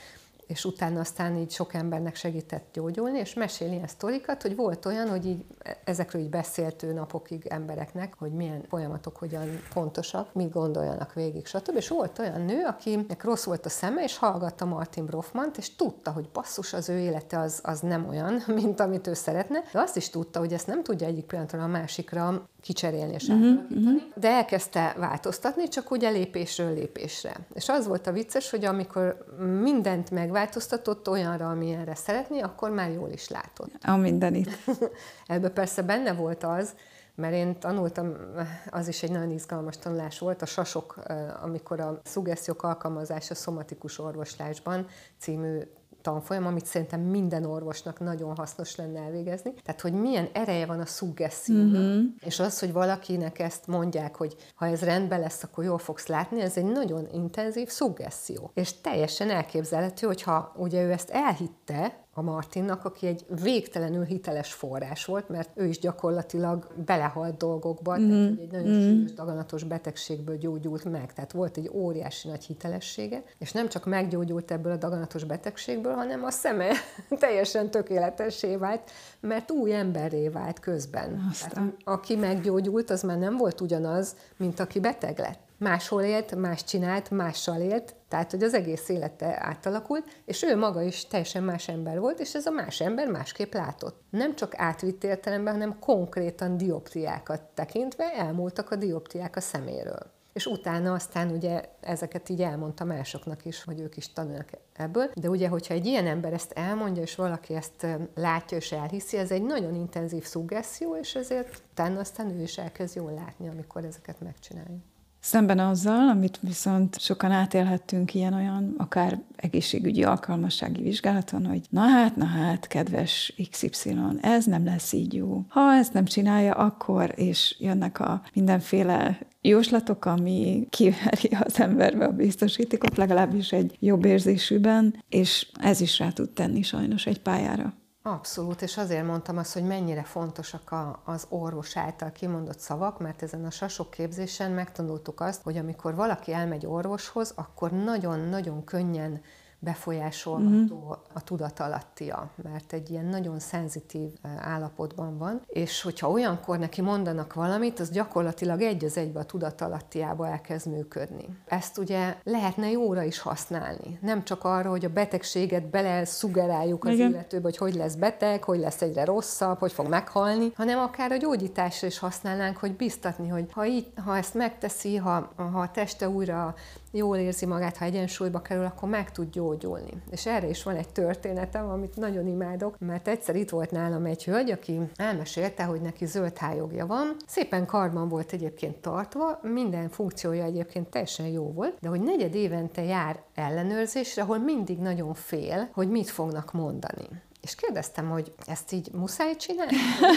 és utána aztán így sok embernek segített gyógyulni, és mesél ilyen sztorikat, hogy volt olyan, hogy így ezekről így beszélt ő napokig embereknek, hogy milyen folyamatok hogyan fontosak, mit gondoljanak végig, stb. És volt olyan nő, akinek rossz volt a szeme, és hallgatta Martin Brofmant, és tudta, hogy basszus, az ő élete az, az nem olyan, mint amit ő szeretne, de azt is tudta, hogy ezt nem tudja egyik pillanatról a másikra kicserélni és átalakítani, uh-huh. de elkezdte változtatni, csak ugye lépésről lépésre. És az volt a vicces, hogy amikor mindent megváltoztatott olyanra, amilyenre szeretné, akkor már jól is látott. A mindenit. Ebben persze benne volt az, mert én tanultam, az is egy nagyon izgalmas tanulás volt, a Sasok, amikor a szuggesztiók alkalmazása szomatikus orvoslásban című tanfolyam, amit szerintem minden orvosnak nagyon hasznos lenne elvégezni. Tehát, hogy milyen ereje van a szuggesztiónak. Uh-huh. És az, hogy valakinek ezt mondják, hogy ha ez rendben lesz, akkor jól fogsz látni, ez egy nagyon intenzív szuggesztió. És teljesen elképzelhető, hogyha ugye ő ezt elhitte, a Martinnak, aki egy végtelenül hiteles forrás volt, mert ő is gyakorlatilag belehalt dolgokba, mm. tehát egy nagyon mm. súlyos, daganatos betegségből gyógyult meg. Tehát volt egy óriási nagy hitelessége, és nem csak meggyógyult ebből a daganatos betegségből, hanem a szeme teljesen tökéletessé vált, mert új emberré vált közben. Tehát, aki meggyógyult, az már nem volt ugyanaz, mint aki beteg lett. Máshol élt, más csinált, mással élt, tehát, hogy az egész élete átalakult, és ő maga is teljesen más ember volt, és ez a más ember másképp látott. Nem csak átvitt értelemben, hanem konkrétan dioptriákat tekintve elmúltak a dioptriák a szeméről. És utána aztán ugye ezeket így elmondta másoknak is, hogy ők is tanulnak ebből. De ugye, hogyha egy ilyen ember ezt elmondja, és valaki ezt látja és elhiszi, ez egy nagyon intenzív szuggesztió, és ezért utána aztán ő is elkezd jól látni, amikor ezeket megcsinálja. Szemben azzal, amit viszont sokan átélhettünk ilyen-olyan, akár egészségügyi alkalmassági vizsgálaton, hogy na hát, na hát, kedves iksz ipszilon, ez nem lesz így jó. Ha ezt nem csinálja, akkor, és jönnek a mindenféle jóslatok, ami kiveri az emberbe a biztosítékot, legalábbis egy jobb érzésűben, és ez is rá tud tenni sajnos egy pályára. Abszolút, és azért mondtam azt, hogy mennyire fontosak a, az orvos által kimondott szavak, mert ezen a Sasok képzésen megtanultuk azt, hogy amikor valaki elmegy orvoshoz, akkor nagyon-nagyon könnyen befolyásolható mm. a tudatalattia, mert egy ilyen nagyon szenzitív állapotban van, és hogyha olyankor neki mondanak valamit, az gyakorlatilag egy az egybe a tudatalattiába elkezd működni. Ezt ugye lehetne jóra is használni. Nem csak arra, hogy a betegséget beleszuggeráljuk az Igen. illetőbe, hogy hogy lesz beteg, hogy lesz egyre rosszabb, hogy fog meghalni, hanem akár a gyógyításra is használnánk, hogy biztatni, hogy ha, így, ha ezt megteszi, ha, ha a teste újra jól érzi magát, ha egyensúlyba kerül, akkor meg tud gyógyulni. És erre is van egy történetem, amit nagyon imádok, mert egyszer itt volt nálam egy hölgy, aki elmesélte, hogy neki zöld hályogja van. Szépen karban volt egyébként tartva, minden funkciója egyébként teljesen jó volt, de hogy negyed évente jár ellenőrzésre, ahol mindig nagyon fél, hogy mit fognak mondani. És kérdeztem, hogy ezt így muszáj csinálni?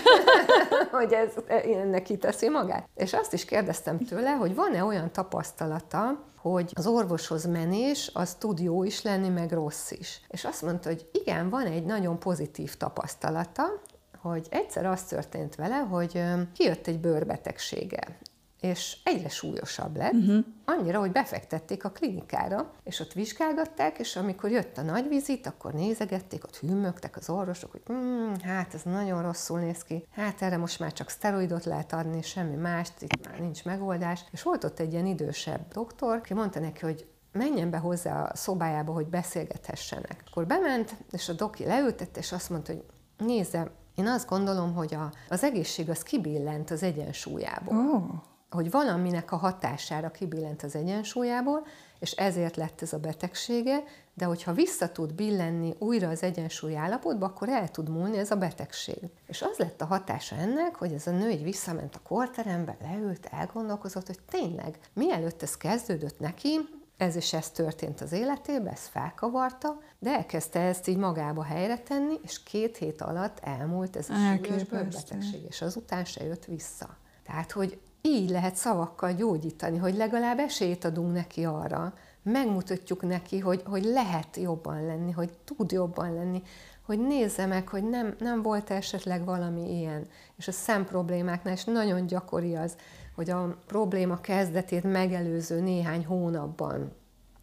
Hogy ez neki teszi magát? És azt is kérdeztem tőle, hogy van-e olyan tapasztalata, hogy az orvoshoz menés, az tud jó is lenni, meg rossz is. És azt mondta, hogy igen, van egy nagyon pozitív tapasztalata, hogy egyszer az történt vele, hogy kijött egy bőrbetegsége, és egyre súlyosabb lett, uh-huh. annyira, hogy befektették a klinikára, és ott vizsgálgatták, és amikor jött a nagy vizit, akkor nézegették, ott hümmögtek az orvosok, hogy hm, hát ez nagyon rosszul néz ki, hát erre most már csak szteroidot lehet adni, semmi mást, itt már nincs megoldás. És volt ott egy ilyen idősebb doktor, aki mondta neki, hogy menjen be hozzá a szobájába, hogy beszélgethessenek. Akkor bement, és a doki leültette, és azt mondta, hogy nézze, én azt gondolom, hogy a, az egészség az kibillent az egyensúlyából. Oh. Hogy valaminek a hatására kibillent az egyensúlyából, és ezért lett ez a betegsége, de hogyha vissza tud billenni újra az egyensúly állapotba, akkor el tud múlni ez a betegség. És az lett a hatása ennek, hogy ez a nő így visszament a korterembe, leült, elgondolkozott, hogy tényleg, mielőtt ez kezdődött neki, ez is ez történt az életében, ez felkavarta, de elkezdte ezt így magába helyre tenni, és két hét alatt elmúlt ez a súlyos bőrbetegség, és azután se jött vissza. Tehát, hogy így lehet szavakkal gyógyítani, hogy legalább esélyt adunk neki arra, megmutatjuk neki, hogy, hogy lehet jobban lenni, hogy tud jobban lenni, hogy nézze meg, hogy nem, nem volt esetleg valami ilyen. És a szemproblémáknál is nagyon gyakori az, hogy a probléma kezdetét megelőző néhány hónapban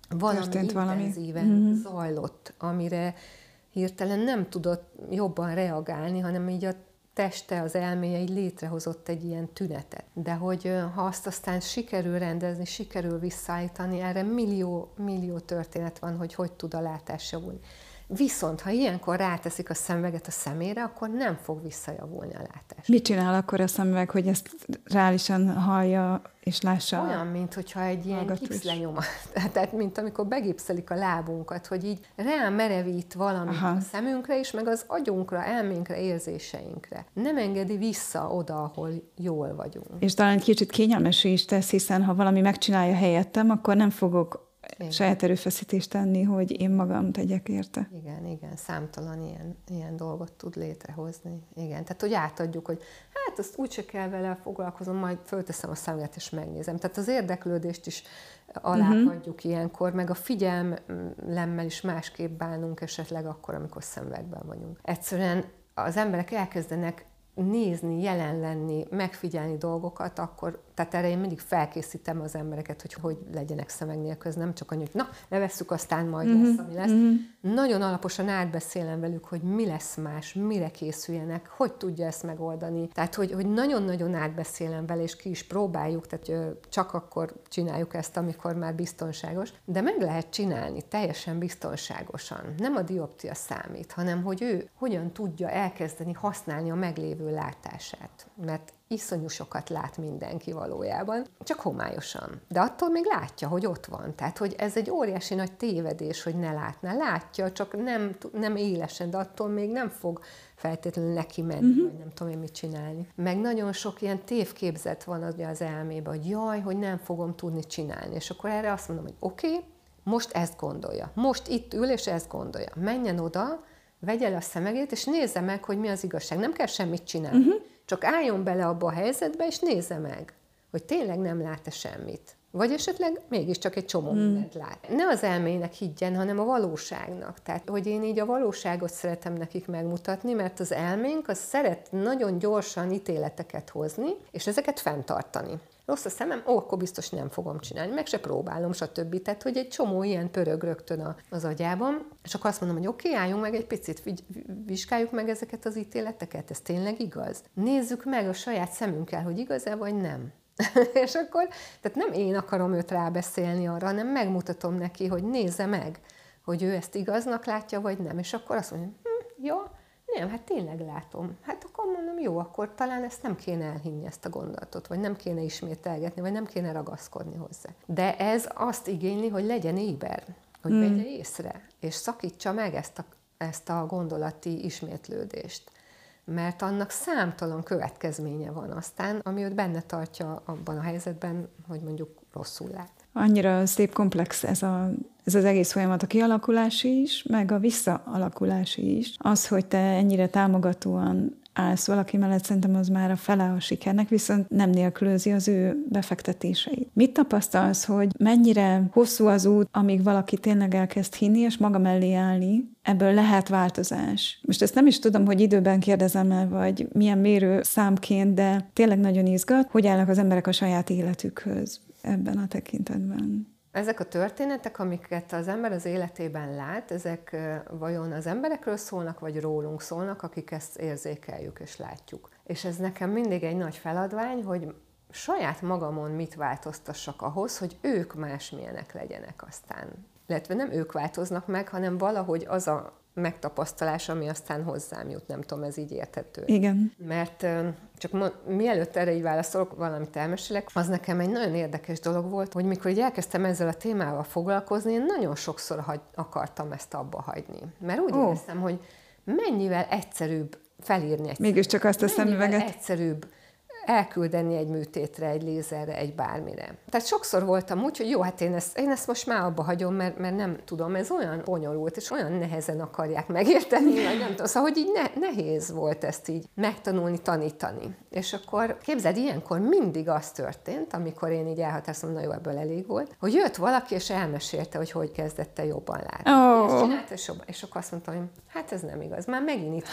valami intenzíven valami. zajlott, amire hirtelen nem tudott jobban reagálni, hanem így a teste, az elméje így létrehozott egy ilyen tünetet. De hogy ha azt aztán sikerül rendezni, sikerül visszaállítani, erre millió, millió történet van, hogy hogy tud a látás javulni. Viszont, ha ilyenkor ráteszik a szemüveget a szemére, akkor nem fog visszajavulni a látás. Mit csinál akkor a szemüveg, hogy ezt reálisan hallja és lássa? Olyan, mintha egy ilyen gipszlenyomat. Tehát, mint amikor begipszelik a lábunkat, hogy így reál merevít valamit Aha. a szemünkre is, meg az agyunkra, elménkre, érzéseinkre. Nem engedi vissza oda, ahol jól vagyunk. És talán kicsit kényelmes is tesz, hiszen ha valami megcsinálja helyettem, akkor nem fogok igen. saját erőfeszítést tenni, hogy én magam tegyek érte. Igen, igen, számtalan ilyen, ilyen dolgot tud létrehozni. Igen, tehát hogy átadjuk, hogy hát azt úgyse kell vele foglalkozom, majd fölteszem a szemüveget és megnézem. Tehát az érdeklődést is aláhagyjuk uh-huh. ilyenkor, meg a figyelmemmel is másképp bánunk esetleg akkor, amikor szemüvegben vagyunk. Egyszerűen az emberek elkezdenek nézni, jelen lenni, megfigyelni dolgokat, akkor, tehát erre én mindig felkészítem az embereket, hogy hogy legyenek szemeg nélkül, nem csak annyi, hogy na, levesszük, aztán majd mm-hmm. lesz, ami lesz. Mm-hmm. Nagyon alaposan átbeszélem velük, hogy mi lesz más, mire készüljenek, hogy tudja ezt megoldani. Tehát, hogy, hogy nagyon-nagyon átbeszélem vele, és ki is próbáljuk, tehát csak akkor csináljuk ezt, amikor már biztonságos, de meg lehet csinálni teljesen biztonságosan. Nem a dioptria számít, hanem hogy ő hogyan tudja elkezdeni használni a meglévő látását, mert iszonyú sokat lát mindenki valójában, csak homályosan. De attól még látja, hogy ott van. Tehát, hogy ez egy óriási nagy tévedés, hogy ne látná. Látja, csak nem, nem élesen, de attól még nem fog feltétlenül neki menni, uh-huh. vagy nem tudom én mit csinálni. Meg nagyon sok ilyen tévképzet van az elmében, hogy jaj, hogy nem fogom tudni csinálni. És akkor erre azt mondom, hogy oké, okay, most ezt gondolja. Most itt ül, és ezt gondolja. Menjen oda, vegye le a szemegét, és nézze meg, hogy mi az igazság. Nem kell semmit csinálni. Uh-huh. Csak álljon bele abba a helyzetbe, és nézze meg, hogy tényleg nem lát-e semmit. Vagy esetleg mégiscsak egy csomó hmm. mindent lát. Ne az elmének higgyen, hanem a valóságnak. Tehát, hogy én így a valóságot szeretem nekik megmutatni, mert az elménk az szeret nagyon gyorsan ítéleteket hozni, és ezeket fenntartani. Rossz a szemem, ó, akkor biztos nem fogom csinálni, meg se próbálom, stb. Tehát, hogy egy csomó ilyen pörög rögtön az agyában, és akkor azt mondom, hogy oké, okay, álljunk meg egy picit, vizsgáljuk meg ezeket az ítéleteket, ez tényleg igaz? Nézzük meg a saját szemünkkel, hogy igaz-e vagy nem. És akkor, tehát nem én akarom őt rábeszélni arra, hanem megmutatom neki, hogy nézze meg, hogy ő ezt igaznak látja, vagy nem. És akkor azt mondja, hm, jó, nem, hát tényleg látom. Hát akkor mondom, jó, akkor talán ezt nem kéne elhinni, ezt a gondolatot, vagy nem kéne ismételgetni, vagy nem kéne ragaszkodni hozzá. De ez azt igényli, hogy legyen éber, hogy hmm. vegye észre, és szakítsa meg ezt a, ezt a gondolati ismétlődést. Mert annak számtalan következménye van aztán, ami őt benne tartja abban a helyzetben, hogy mondjuk rosszul lát. Annyira szép komplex ez, a, ez az egész folyamat, a kialakulási is, meg a visszaalakulási is. Az, hogy te ennyire támogatóan állsz valaki mellett, szerintem az már a fele a sikernek, viszont nem nélkülözi az ő befektetéseit. Mit tapasztalsz, hogy mennyire hosszú az út, amíg valaki tényleg elkezd hinni, és maga mellé állni, ebből lehet változás? Most ezt nem is tudom, hogy időben kérdezem el, vagy milyen mérő számként, de tényleg nagyon izgat, hogy állnak az emberek a saját életükhöz ebben a tekintetben. Ezek a történetek, amiket az ember az életében lát, ezek vajon az emberekről szólnak, vagy rólunk szólnak, akik ezt érzékeljük és látjuk. És ez nekem mindig egy nagy feladvány, hogy saját magamon mit változtassak ahhoz, hogy ők másmilyenek legyenek aztán. Illetve nem ők változnak meg, hanem valahogy az a megtapasztalás, ami aztán hozzám jut, nem tudom, ez így érthető. Igen. Mert csak ma, mielőtt erre így válaszolok, valamit elmesélek, az nekem egy nagyon érdekes dolog volt, hogy mikor így elkezdtem ezzel a témával foglalkozni, én nagyon sokszor hagy, akartam ezt abba hagyni. Mert úgy oh. éreztem, hogy mennyivel egyszerűbb felírni egy Mégiscsak azt a szemüveget. egyszerűbb elküldeni egy műtétre, egy lézerre, egy bármire. Tehát sokszor voltam úgy, hogy jó, hát én ezt, én ezt most már abba hagyom, mert, mert nem tudom, ez olyan bonyolult, és olyan nehezen akarják megérteni, vagy nem tudom, szóval, hogy így ne, nehéz volt ezt így megtanulni, tanítani. És akkor képzeld, ilyenkor mindig az történt, amikor én így elhatároztam, na jó, ebből elég volt, hogy jött valaki, és elmesélte, hogy hogy kezdett el jobban látni. Oh. És csinálta, és, jobban, és akkor azt mondtam, hogy hát ez nem igaz, már megint itt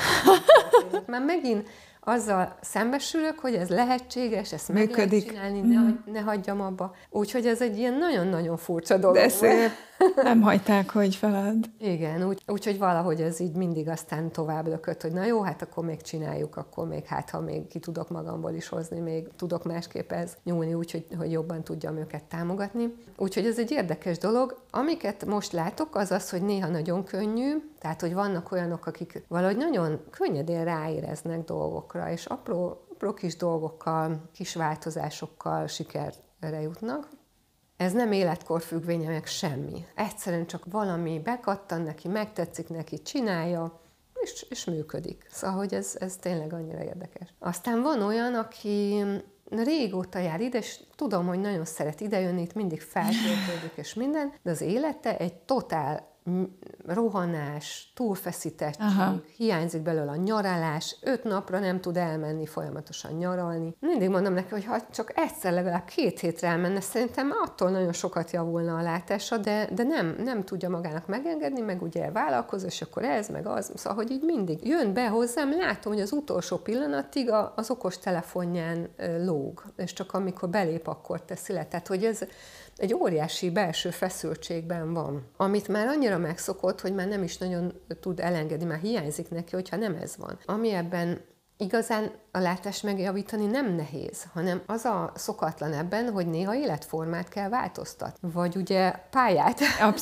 már megint azzal szembesülök, hogy ez lehetséges, ezt meg lehet csinálni, ne, ne hagyjam abba. Úgyhogy ez egy ilyen nagyon-nagyon furcsa dolog. De szép. Nem hagyták, hogy felad. Igen, úgy, úgyhogy valahogy ez így mindig aztán tovább lökött, hogy na jó, hát akkor még csináljuk, akkor még hát, ha még ki tudok magamból is hozni, még tudok másképp ez nyúlni, úgyhogy hogy jobban tudjam őket támogatni. Úgyhogy ez egy érdekes dolog. Amiket most látok, az az, hogy néha nagyon könnyű, tehát hogy vannak olyanok, akik valahogy nagyon könnyedén ráéreznek dolgokra, és apró, apró kis dolgokkal, kis változásokkal sikerre jutnak. Ez nem életkor függvénye, meg semmi. Egyszerűen csak valami bekattan neki, megtetszik neki, csinálja, és, és működik. Szóval, hogy ez, ez tényleg annyira érdekes. Aztán van olyan, aki régóta jár ide, és tudom, hogy nagyon szeret idejönni, itt mindig feltöltődik és minden, de az élete egy totál rohanás, túlfeszítettség, aha, hiányzik belőle a nyaralás, öt napra nem tud elmenni folyamatosan nyaralni. Mindig mondom neki, hogy ha csak egyszer legalább két hétre elmenne, szerintem attól nagyon sokat javulna a látása, de, de nem, nem tudja magának megengedni, meg ugye vállalkozó, és akkor ez, meg az, szóval, hogy így mindig jön be hozzám, látom, hogy az utolsó pillanatig az okos telefonján lóg, és csak amikor belép, akkor teszi le. Tehát, hogy ez egy óriási belső feszültségben van, amit már annyira megszokott, hogy már nem is nagyon tud elengedni, már hiányzik neki, hogyha nem ez van. Ami ebben igazán a látást megjavítani nem nehéz, hanem az a szokatlan ebben, hogy néha életformát kell változtatni. Vagy ugye pályát,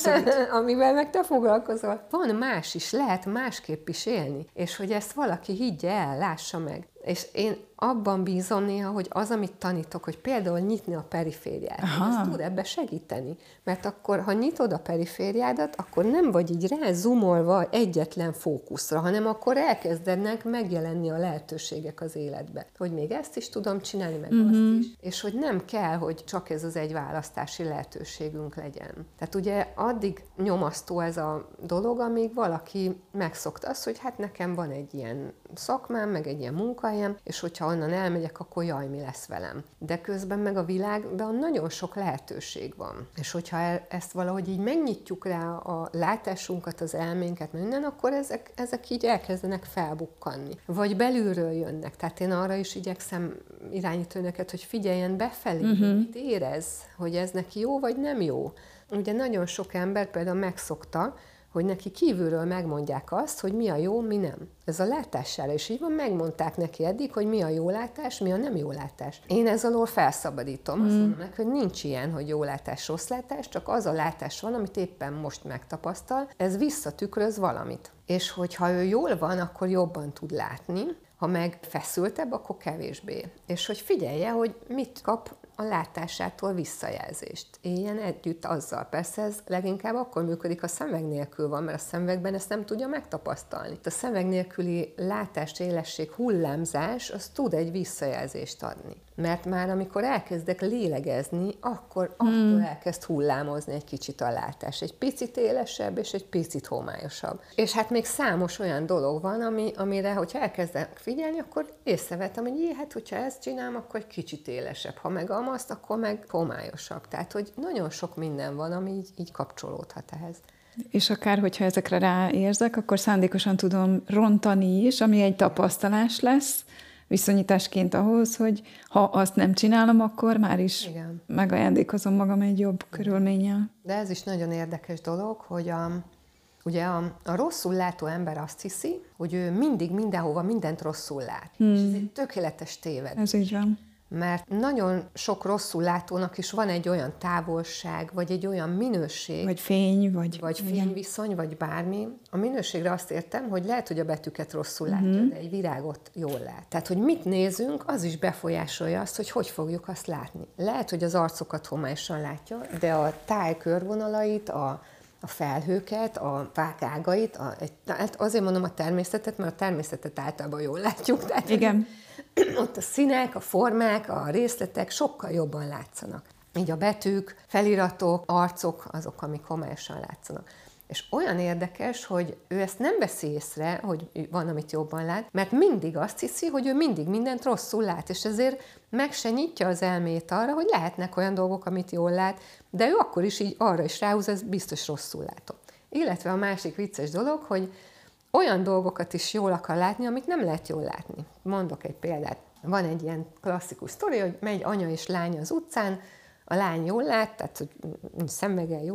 amivel meg te foglalkozol. Van más is, lehet másképp is élni, és hogy ezt valaki higgye el, lássa meg. És én abban bízom néha, hogy az, amit tanítok, hogy például nyitni a perifériát, ez tud ebbe segíteni. Mert akkor, ha nyitod a perifériádat, akkor nem vagy így rázumolva egyetlen fókuszra, hanem akkor elkezdenek megjelenni a lehetőségek az életbe. Hogy még ezt is tudom csinálni, meg uh-huh. azt is. És hogy nem kell, hogy csak ez az egy választási lehetőségünk legyen. Tehát ugye addig nyomasztó ez a dolog, amíg valaki megszokta azt, hogy hát nekem van egy ilyen szakmám, meg egy ilyen munkahelyem, és hogyha onnan elmegyek, akkor jaj, mi lesz velem. De közben meg a világban nagyon sok lehetőség van. És hogyha ezt valahogy így megnyitjuk rá a látásunkat, az elménket, minden, akkor ezek, ezek így elkezdenek felbukkanni. Vagy belülről jönnek. Tehát én arra is igyekszem irányítani őket, hogy figyeljen befelé, uh-huh. mit érez, hogy ez neki jó, vagy nem jó. Ugye nagyon sok ember például megszokta, hogy neki kívülről megmondják azt, hogy mi a jó, mi nem. Ez a látására is így van, megmondták neki eddig, hogy mi a jó látás, mi a nem jó látás. Én ez alól felszabadítom. Mm. Azt mondom neki, hogy nincs ilyen, hogy jó látás, rossz látás, csak az a látás van, amit éppen most megtapasztal, ez visszatükröz valamit. És hogyha ő jól van, akkor jobban tud látni, ha meg feszültebb, akkor kevésbé. És hogy figyelje, hogy mit kap a látásától visszajelzést. Éljen együtt azzal. Persze ez leginkább akkor működik, ha szemüveg nélkül van, mert a szemüvegben ezt nem tudja megtapasztalni. A szemüveg nélküli látás, élesség, hullámzás, az tud egy visszajelzést adni. Mert már amikor elkezdek lélegezni, akkor hmm. attól elkezd hullámozni egy kicsit a látás. Egy picit élesebb, és egy picit homályosabb. És hát még számos olyan dolog van, ami, amire, hogyha elkezdek figyelni, akkor észrevettem, hogy jé, hát hogyha ezt csinálom, akkor egy kicsit élesebb. Ha meg amaszt, akkor meg homályosabb. Tehát, hogy nagyon sok minden van, ami így, így kapcsolódhat ehhez. És akár, hogyha ezekre ráérzek, akkor szándékosan tudom rontani is, ami egy tapasztalás lesz, viszonyításként ahhoz, hogy ha azt nem csinálom, akkor már is igen. megajándékozom magam egy jobb körülménnyel. De ez is nagyon érdekes dolog, hogy a, ugye a, a rosszul látó ember azt hiszi, hogy ő mindig mindenhova mindent rosszul lát. Hmm. És ez egy tökéletes tévedés. Ez így van. Mert nagyon sok rosszul látónak is van egy olyan távolság, vagy egy olyan minőség. Vagy fény, vagy... Vagy fényviszony, vagy bármi. A minőségre azt értem, hogy lehet, hogy a betűket rosszul látja, uh-huh. de egy virágot jól lát. Tehát, hogy mit nézünk, az is befolyásolja azt, hogy hogy fogjuk azt látni. Lehet, hogy az arcokat homályosan látja, de a táj körvonalait, a a felhőket, a fák ágait, a, egy, azért mondom a természetet, mert a természetet általában jól látjuk. Tehát, igen. Ott a színek, a formák, a részletek sokkal jobban látszanak. Így a betűk, feliratok, arcok, azok, amik homályosan látszanak. És olyan érdekes, hogy ő ezt nem veszi észre, hogy van, amit jobban lát, mert mindig azt hiszi, hogy ő mindig mindent rosszul lát, és ezért meg se nyitja az elmét arra, hogy lehetnek olyan dolgok, amit jól lát, de ő akkor is így arra is ráhúz, ez biztos rosszul látom. Illetve a másik vicces dolog, hogy olyan dolgokat is jól akar látni, amit nem lehet jól látni. Mondok egy példát. Van egy ilyen klasszikus sztori, hogy megy anya és lánya az utcán, a lány jól lát, tehát hogy szemüveggel jól lát,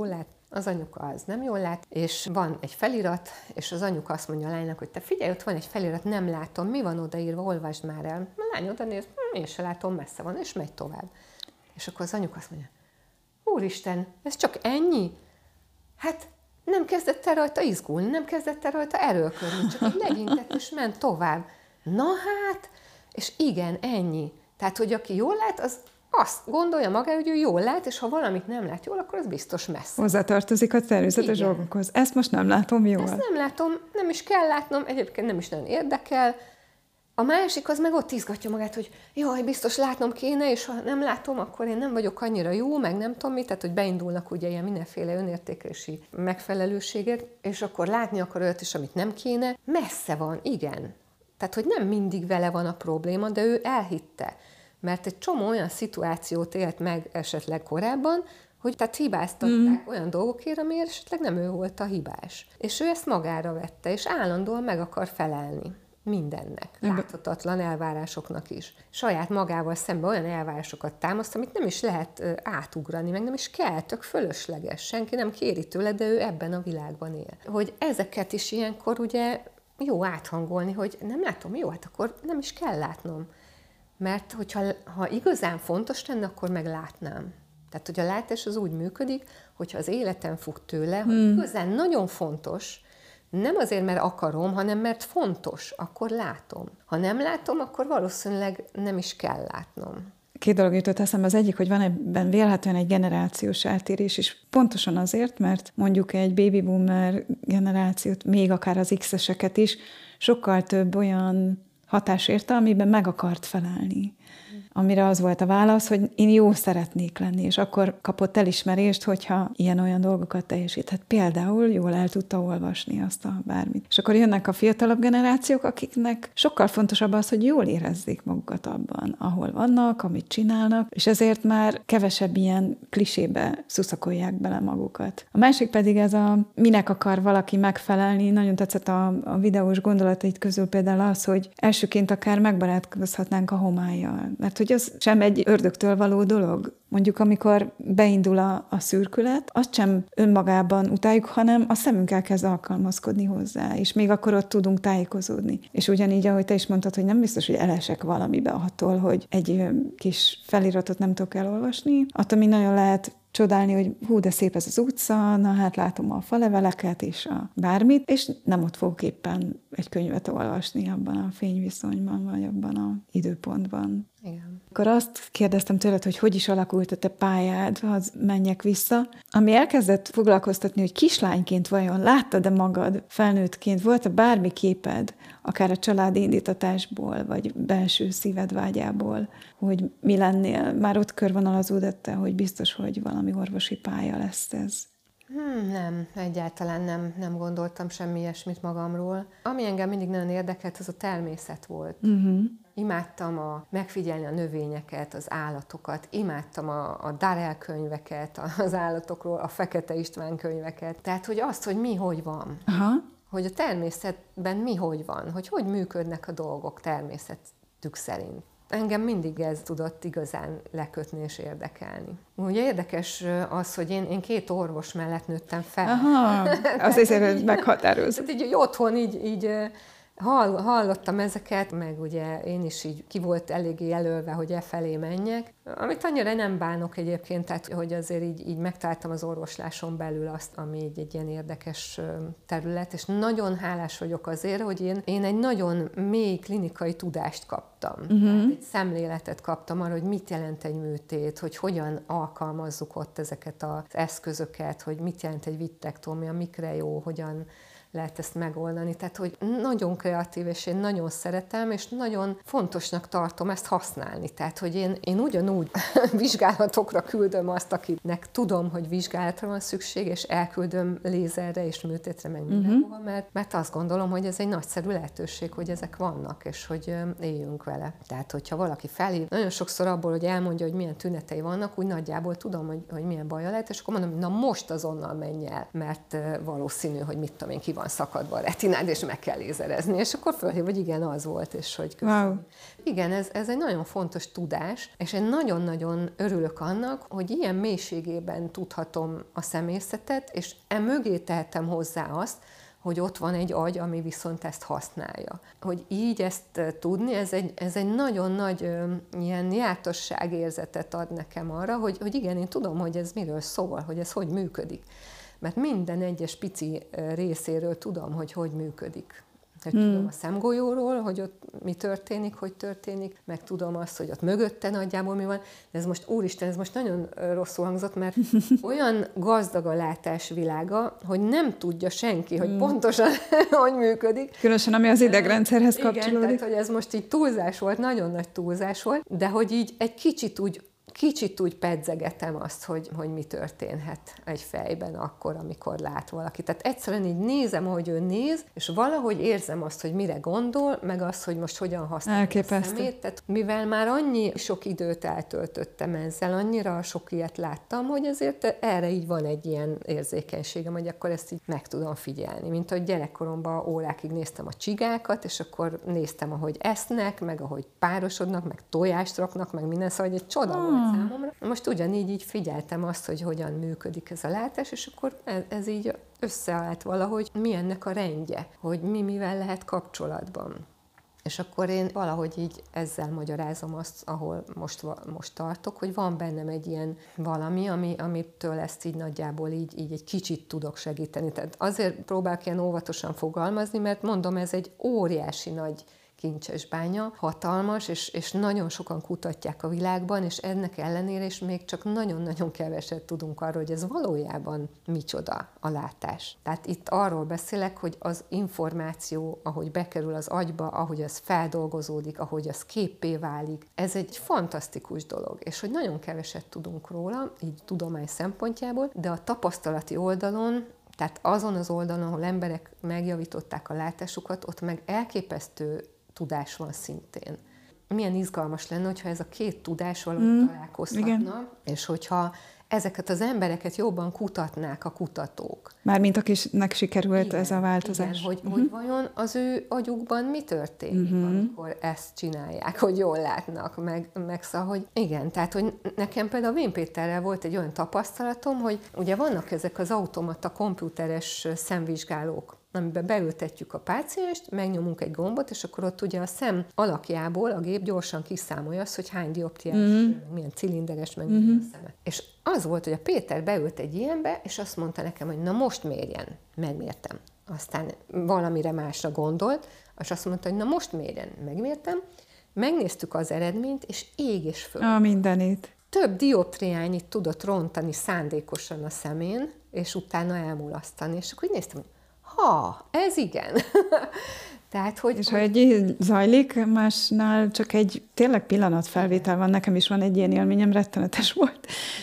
az anyuka az nem jól lát, és van egy felirat, és az anyuka azt mondja a lánynak, hogy te figyelj, ott van egy felirat, nem látom, mi van odaírva, olvasd már el. A lány oda néz, hm, én se látom, messze van, és megy tovább. És akkor az anyuka azt mondja, úristen, ez csak ennyi? Hát nem kezdett el rajta izgulni, nem kezdett el rajta erőlködni, csak egy legyintett, és ment tovább. Na hát, és igen, ennyi. Tehát, hogy aki jól lát, az azt gondolja maga, hogy ő jól lát, és ha valamit nem lát jól, akkor az biztos messze. Hozzátartozik a természetes dolgokhoz. Ezt most nem látom jól. Ezt nem látom, nem is kell látnom, egyébként nem is nagyon érdekel. A másik az meg ott izgatja magát, hogy jaj, biztos látnom kéne, és ha nem látom, akkor én nem vagyok annyira jó, meg nem tudom mit, tehát hogy beindulnak ugye ilyen mindenféle önértékelési megfelelőséget, és akkor látni akar olyat is, amit nem kéne. Messze van, igen. Tehát, hogy nem mindig vele van a probléma, de ő elhitte. Mert egy csomó olyan szituációt élt meg esetleg korábban, hogy tehát hibáztatták mm. olyan dolgokért, amiért esetleg nem ő volt a hibás. És ő ezt magára vette, és állandóan meg akar felelni mindennek, láthatatlan elvárásoknak is. Saját magával szemben olyan elvárásokat támaszt, amit nem is lehet átugrani, meg nem is kell, tök fölösleges. Senki nem kéri tőle, de ő ebben a világban él. Hogy ezeket is ilyenkor ugye jó áthangolni, hogy nem látom, jó, hát akkor nem is kell látnom. Mert hogyha ha igazán fontos lenne, akkor meg látnám. Tehát, hogy a látás az úgy működik, hogyha az életem fog tőle, hmm. hogy igazán nagyon fontos, nem azért, mert akarom, hanem mert fontos, akkor látom. Ha nem látom, akkor valószínűleg nem is kell látnom. Két dolog jutott eszembe. Az egyik, hogy van ebben vélhetően egy generációs eltérés, és pontosan azért, mert mondjuk egy baby boomer generációt, még akár az X-eseket is, sokkal több olyan hatás érte, amiben meg akart felelni. Amire az volt a válasz, hogy én jó szeretnék lenni, és akkor kapott elismerést, hogyha ilyen-olyan dolgokat teljesíthet. Például jól el tudta olvasni azt a bármit. És akkor jönnek a fiatalabb generációk, akiknek sokkal fontosabb az, hogy jól érezzék magukat abban, ahol vannak, amit csinálnak, és ezért már kevesebb ilyen klisébe szuszakolják bele magukat. A másik pedig ez a minek akar valaki megfelelni. Nagyon tetszett a, a videós gondolatait közül például az, hogy elsőként akár megbarátkozhatnánk a homályjal, mert hogy az sem egy ördögtől való dolog. Mondjuk, amikor beindul a, a szürkület, azt sem önmagában utáljuk, hanem a szemünk elkezd alkalmazkodni hozzá, és még akkor ott tudunk tájékozódni. És ugyanígy, ahogy te is mondtad, hogy nem biztos, hogy elesek valamibe attól, hogy egy kis feliratot nem tudok elolvasni, attól még nagyon lehet csodálni, hogy hú, de szép ez az utca, na hát látom a faleveleket és a bármit, és nem ott fogok éppen egy könyvet olvasni abban a fényviszonyban, vagy abban az időpontban. Igen. Akkor azt kérdeztem tőled, hogy hogy is alakult a te pályád, ha menjek vissza, ami elkezdett foglalkoztatni, hogy kislányként vajon láttad-e magad felnőttként, volt-e bármi képed, akár a családi indítatásból, vagy belső szíved vágyából, hogy mi lennél? Már ott körvonalazódott-e, hogy biztos, hogy valami orvosi pálya lesz ez? Hmm, nem, egyáltalán nem, nem gondoltam semmi ilyesmit magamról. Ami engem mindig nagyon érdekelt, az a természet volt. Uh-huh. Imádtam a, megfigyelni a növényeket, az állatokat, imádtam a, a Darrell könyveket az állatokról, a Fekete István könyveket. Tehát, hogy azt, hogy mi hogy van. Aha. Hogy a természetben mi hogy van, hogy hogy működnek a dolgok természetük szerint. Engem mindig ez tudott igazán lekötni és érdekelni. Ugye érdekes az, hogy én, én két orvos mellett nőttem fel. Aha, az azért meghatározó. Tehát így otthon így, így hall, hallottam ezeket, meg ugye én is így ki volt eléggé jelölve, hogy e felé menjek. Amit annyira nem bánok egyébként, tehát hogy azért így, így megtaláltam az orvosláson belül azt, ami egy, egy ilyen érdekes terület, és nagyon hálás vagyok azért, hogy én, én egy nagyon mély klinikai tudást kaptam. Uh-huh. Egy szemléletet kaptam arra, hogy mit jelent egy műtét, hogy hogyan alkalmazzuk ott ezeket az eszközöket, hogy mit jelent egy vittektómia, mikre jó, hogyan lehet ezt megoldani. Tehát, hogy nagyon kreatív, és én nagyon szeretem, és nagyon fontosnak tartom ezt használni. Tehát, hogy én, én ugyanúgy vizsgálatokra küldöm azt, akinek tudom, hogy vizsgálatra van szükség, és elküldöm lézerre és műtétre, meg mindenhova, uh-huh. mert, mert azt gondolom, hogy ez egy nagyszerű lehetőség, hogy ezek vannak, és hogy éljünk vele. Tehát, hogyha valaki felhív, nagyon sokszor abból, hogy elmondja, hogy milyen tünetei vannak, úgy nagyjából tudom, hogy, hogy milyen baja lehet, és akkor mondom, hogy na most azonnal menj el, mert valószínű, hogy mit tudom én, ki van szakadva a retinád, és meg kell lézerezni. És akkor fölhív, hogy igen, az volt, és hogy köszönöm. Wow. Igen, ez, ez egy nagyon fontos tudás, és én nagyon-nagyon örülök annak, hogy ilyen mélységében tudhatom a szemészetet, és emögé tehetem hozzá azt, hogy ott van egy agy, ami viszont ezt használja. Hogy így ezt tudni, ez egy, ez egy nagyon nagy ö, ilyen jártasságérzetet ad nekem arra, hogy, hogy igen, én tudom, hogy ez miről szól, hogy ez hogy működik. Mert minden egyes pici részéről tudom, hogy hogy működik. Hogy hmm. tudom a szemgolyóról, hogy ott mi történik, hogy történik, meg tudom azt, hogy ott mögötte nagyjából mi van. De ez most, úristen, ez most nagyon rosszul hangzott, mert olyan gazdag a látásvilága, hogy nem tudja senki, hogy hmm. pontosan hogy működik. Különösen, ami az idegrendszerhez kapcsolódik. Igen, tehát, hogy ez most így túlzás volt, nagyon nagy túlzás volt, de hogy így egy kicsit úgy Kicsit úgy pedzegetem azt, hogy, hogy mi történhet egy fejben akkor, amikor lát valaki. Tehát egyszerűen így nézem, ahogy ő néz, és valahogy érzem azt, hogy mire gondol, meg azt, hogy most hogyan használja a szemét. Tehát mivel már annyi sok időt eltöltöttem ezzel, annyira sok ilyet láttam, hogy azért erre így van egy ilyen érzékenységem, hogy akkor ezt így meg tudom figyelni. Mint hogy gyerekkoromban órákig néztem a csigákat, és akkor néztem, ahogy esznek, meg ahogy párosodnak, meg tojást raknak, meg minden, szóval egy csoda volt számomra. Most ugyanígy így figyeltem azt, hogy hogyan működik ez a látás, és akkor ez, ez így összeállt valahogy, mi ennek a rendje, hogy mi mivel lehet kapcsolatban. És akkor én valahogy így ezzel magyarázom azt, ahol most, most tartok, hogy van bennem egy ilyen valami, ami, amitől ezt így nagyjából így, így egy kicsit tudok segíteni. Tehát azért próbálok ilyen óvatosan fogalmazni, mert mondom, ez egy óriási nagy kincsesbánya, hatalmas, és, és nagyon sokan kutatják a világban, és ennek ellenére is még csak nagyon-nagyon keveset tudunk arról, hogy ez valójában micsoda a látás. Tehát itt arról beszélek, hogy az információ, ahogy bekerül az agyba, ahogy az feldolgozódik, ahogy az képpé válik, ez egy fantasztikus dolog, és hogy nagyon keveset tudunk róla, így tudomány szempontjából, de a tapasztalati oldalon, tehát azon az oldalon, ahol emberek megjavították a látásukat, ott meg elképesztő tudás van szintén. Milyen izgalmas lenne, hogyha ez a két tudás valahogy mm, találkozhatna, igen. És hogyha ezeket az embereket jobban kutatnák a kutatók. Mármint akiknek sikerült igen, ez a változás. Igen, hogy, uh-huh. hogy vajon az ő agyukban mi történik, uh-huh. amikor ezt csinálják, hogy jól látnak, meg, meg szóval, hogy igen, tehát, hogy nekem például Vén Péterrel volt egy olyan tapasztalatom, hogy ugye vannak ezek az automata komputeres szemvizsgálók, amiben beültetjük a pácienst, megnyomunk egy gombot, és akkor ott ugye a szem alakjából a gép gyorsan kiszámolja azt, hogy hány dioptriás, mm. milyen cilinderes, meg mm-hmm. milyen szeme. És az volt, hogy a Péter beült egy ilyenbe, és azt mondta nekem, hogy na most mérjen. Megmértem. Aztán valamire másra gondolt, és azt mondta, hogy na most mérjen. Megmértem. Megnéztük az eredményt, és ég és föl. A mindenit. Több dioptriányit tudott rontani szándékosan a szemén, és utána elmulasztani. És akkor így néztem, hogy ha, ez igen. Tehát, hogy, és ha egy zajlik, másnál csak egy tényleg pillanatfelvétel van, nekem is van egy ilyen élményem, rettenetes volt.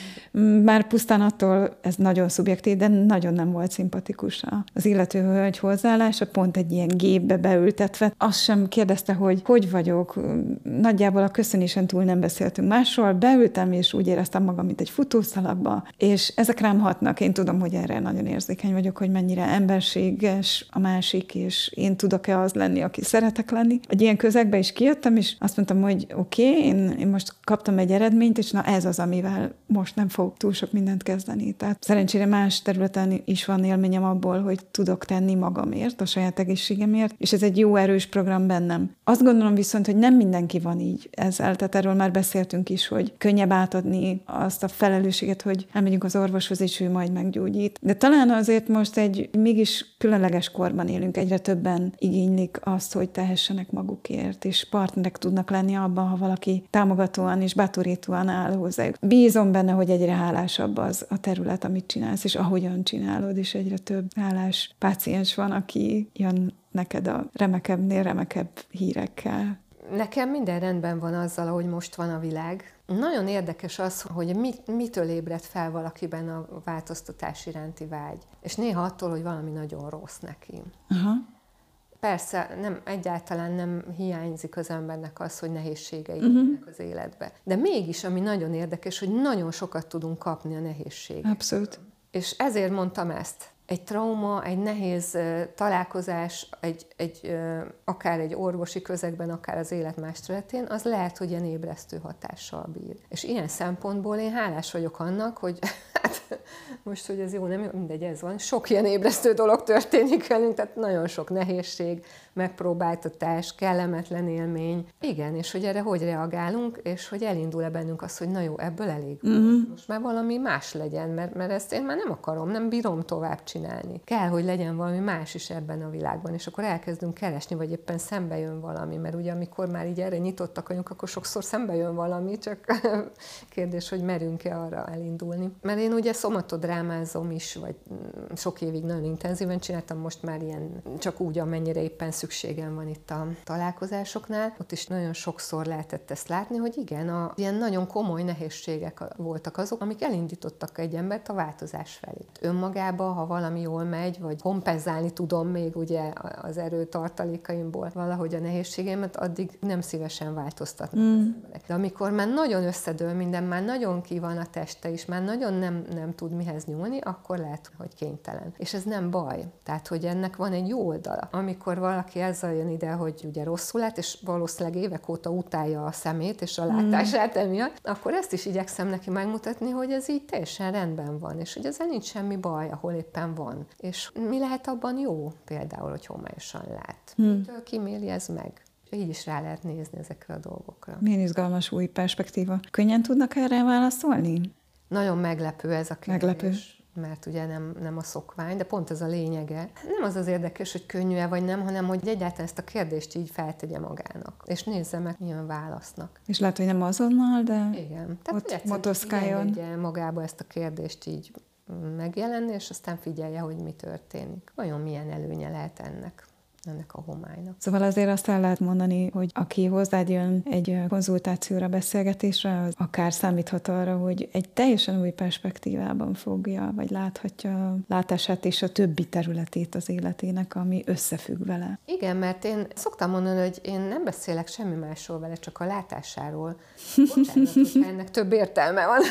Már pusztán attól, ez nagyon szubjektív, de nagyon nem volt szimpatikus az illető hölgy hozzáállása, pont egy ilyen gépbe beültetve. Azt sem kérdezte, hogy hogy vagyok, nagyjából a köszönésen túl nem beszéltünk másról, beültem, és úgy éreztem magam, mint egy futószalagba, és ezek rám hatnak. Én tudom, hogy erre nagyon érzékeny vagyok, hogy mennyire emberséges a másik, és én tudok-e az lenni, aki szeretek lenni. Egy ilyen közegbe is kijöttem, és azt mondtam, hogy oké, okay, én, én most kaptam egy eredményt, és na ez az, amivel most nem fog túl sok mindent kezdeni. Tehát szerencsére más területen is van élményem abból, hogy tudok tenni magamért, a saját egészségemért, és ez egy jó erős program bennem. Azt gondolom viszont, hogy nem mindenki van így ezzel, tehát erről már beszéltünk is, hogy könnyebb átadni azt a felelősséget, hogy elmegyünk az orvoshoz, és ő majd meggyógyít. De talán azért most egy mégis különleges korban élünk, egyre többen igénylik azt, hogy tehessenek magukért, és partnerek tudnak lenni abban, ha valaki támogatóan és bátorítóan áll hozzájuk. Bízom benne, hogy egyre hálásabb az a terület, amit csinálsz, és ahogyan csinálod, és egyre több hálás páciens van, aki jön neked a remekebbnél remekebb hírekkel. Nekem minden rendben van azzal, ahogy most van a világ. Nagyon érdekes az, hogy mit, mitől ébred fel valakiben a változtatás iránti vágy. És néha attól, hogy valami nagyon rossz neki. Aha. Persze, nem, egyáltalán nem hiányzik az embernek az, hogy nehézségei uh-huh. vannak az életbe. De mégis, ami nagyon érdekes, hogy nagyon sokat tudunk kapni a nehézségből. Abszolút. És ezért mondtam ezt. egy trauma, egy nehéz találkozás, egy, egy, akár egy orvosi közegben, akár az élet más területén, az lehet, hogy ilyen ébresztő hatással bír. És ilyen szempontból én hálás vagyok annak, hogy hát most, hogy ez jó, nem jó, mindegy, ez van. Sok ilyen ébresztő dolog történik velünk, tehát nagyon sok nehézség, megpróbáltatás, kellemetlen élmény. Igen, és hogy erre hogy reagálunk, és hogy elindul-e bennünk az, hogy na jó, ebből elég. Mm-hmm. Most már valami más legyen, mert, mert ezt én már nem akarom, nem bírom tovább csinálni. Kell, hogy legyen valami más is ebben a világban, és akkor elkezdünk keresni, vagy éppen szembe jön valami, mert ugye amikor már így erre nyitottak vagyunk, akkor sokszor szembe jön valami, csak kérdés, hogy merünk-e arra elindulni. Mert én ugye szomatodrámázom is, vagy sok évig nagyon intenzíven csináltam, most már ilyen csak úgy, amennyire éppen szükségem van itt a találkozásoknál. Ott is nagyon sokszor lehetett ezt látni, hogy igen, a ilyen nagyon komoly nehézségek voltak azok, amik elindítottak egy embert a változás felé. Önmagában, ha valami jól megy, vagy kompenzálni tudom még ugye az erőtartalékaimból valahogy a nehézségeimet, addig nem szívesen változtatnak mm. az emberek. De amikor már nagyon összedől minden, már nagyon ki van a teste is, már nagyon nem, nem tud mihez nyúlni, akkor lehet, hogy kénytelen. És ez nem baj. Tehát, hogy ennek van egy jó oldala. Amikor valaki ezzel jön ide, hogy ugye rosszul lát, és valószínűleg évek óta utálja a szemét és a látását emiatt, akkor ezt is igyekszem neki megmutatni, hogy ez így teljesen rendben van, és hogy ezzel nincs semmi baj, ahol éppen van. És mi lehet abban jó? Például, hogy homályosan lát. Hmm. Mitől kiméli ez meg? Így is rá lehet nézni ezekre a dolgokra. Milyen izgalmas új perspektíva. Könnyen tudnak erre válaszolni? Nagyon meglepő ez a kérdés. Meglepő. Mert ugye nem, nem a szokvány, de pont ez a lényege. Nem az az érdekes, hogy könnyű-e vagy nem, hanem hogy egyáltalán ezt a kérdést így feltegye magának. És nézze meg, milyen válasznak. És lehet, hogy nem azonnal, de igen. Tehát ott motoszkáljon. Magába ezt a kérdést így megjelenni, és aztán figyelje, hogy mi történik. Vajon milyen előnye lehet ennek? ennek a homálynak. Szóval azért azt el lehet mondani, hogy aki hozzád jön egy konzultációra, beszélgetésre, az akár számíthat arra, hogy egy teljesen új perspektívában fogja, vagy láthatja a látását és a többi területét az életének, ami összefügg vele. Igen, mert én szoktam mondani, hogy én nem beszélek semmi másról vele, csak a látásáról. Bocsánat, hogyha ennek több értelme van.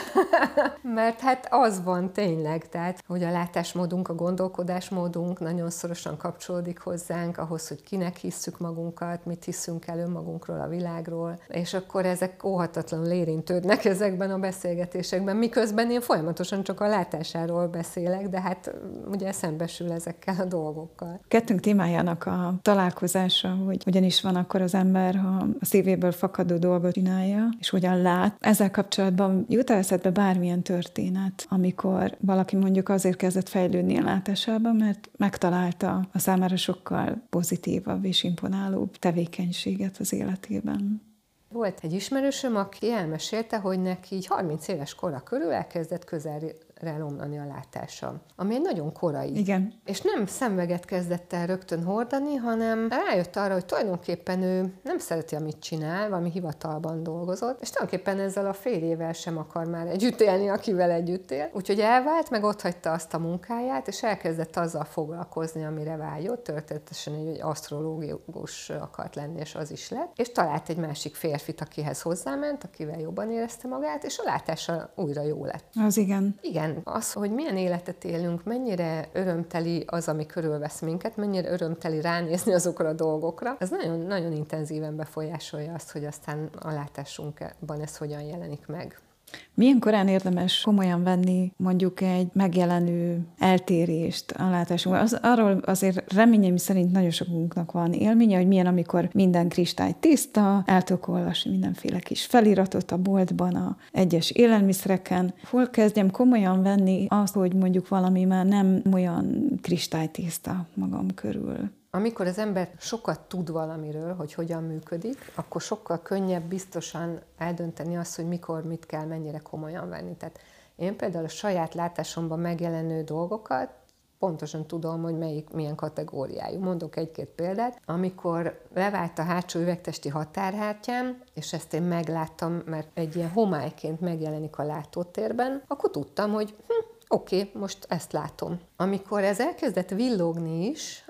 Mert hát az van tényleg, tehát, hogy a látásmódunk, a gondolkodásmódunk nagyon szorosan kapcsolódik hozzánk, ahhoz, hogy kinek hisszük magunkat, mit hiszünk el önmagunkról, a világról, és akkor ezek óhatatlanul érintődnek ezekben a beszélgetésekben, miközben én folyamatosan csak a látásáról beszélek, de hát ugye szembesül ezekkel a dolgokkal. Kettőnk témájának a találkozása, hogy ugyanis van akkor az ember, ha a szívéből fakadó dolgot csinálja, és hogyan lát. Ezzel kapcsolatban jut eszedbe bármilyen történet, amikor valaki mondjuk azért kezdett fejlődni a látásában, mert megtalálta a számára sokkal pozitívabb és imponálóbb tevékenységet az életében. Volt egy ismerősöm, aki elmesélte, hogy neki így harminc éves kora körül elkezdett közelre romlani a látása, ami egy nagyon korai. Igen. És nem szemüveget kezdett el rögtön hordani, hanem rájött arra, hogy tulajdonképpen ő nem szereti, amit csinál, valami hivatalban dolgozott, és tulajdonképpen ezzel a férjével sem akar már együtt élni, akivel együtt él. Úgyhogy elvált, meg otthagyta azt a munkáját, és elkezdett azzal foglalkozni, amire vágyott, történetesen egy asztrológus akart lenni, és az is lett. És talált egy másik férfit, akihez hozzáment, akivel jobban érezte magát, és a látása újra jó lett. Az igen. Igen, az, hogy milyen életet élünk, mennyire örömteli az, ami körülvesz minket, mennyire örömteli ránézni azokra a dolgokra, az nagyon, nagyon intenzíven befolyásolja azt, hogy aztán a látásunkban ez hogyan jelenik meg. Milyen korán érdemes komolyan venni mondjuk egy megjelenő eltérést a látásunkban? Az, arról azért reményeim szerint nagyon sokunknak van élménye, hogy milyen, amikor minden kristály tiszta, el tudok olvasni mindenféle kis feliratot a boltban, a egyes élelmiszereken. Hol kezdjem komolyan venni azt, hogy mondjuk valami már nem olyan kristálytiszta magam körül? Amikor az ember sokat tud valamiről, hogy hogyan működik, akkor sokkal könnyebb biztosan eldönteni azt, hogy mikor, mit kell, mennyire komolyan venni. Tehát én például a saját látásomban megjelenő dolgokat pontosan tudom, hogy melyik, milyen kategóriájú. Mondok egy-két példát. Amikor levált a hátsó üvegtesti határhártyám, és ezt én megláttam, mert egy ilyen homályként megjelenik a látótérben, akkor tudtam, hogy hm, oké, okay, most ezt látom. Amikor ez elkezdett villogni is,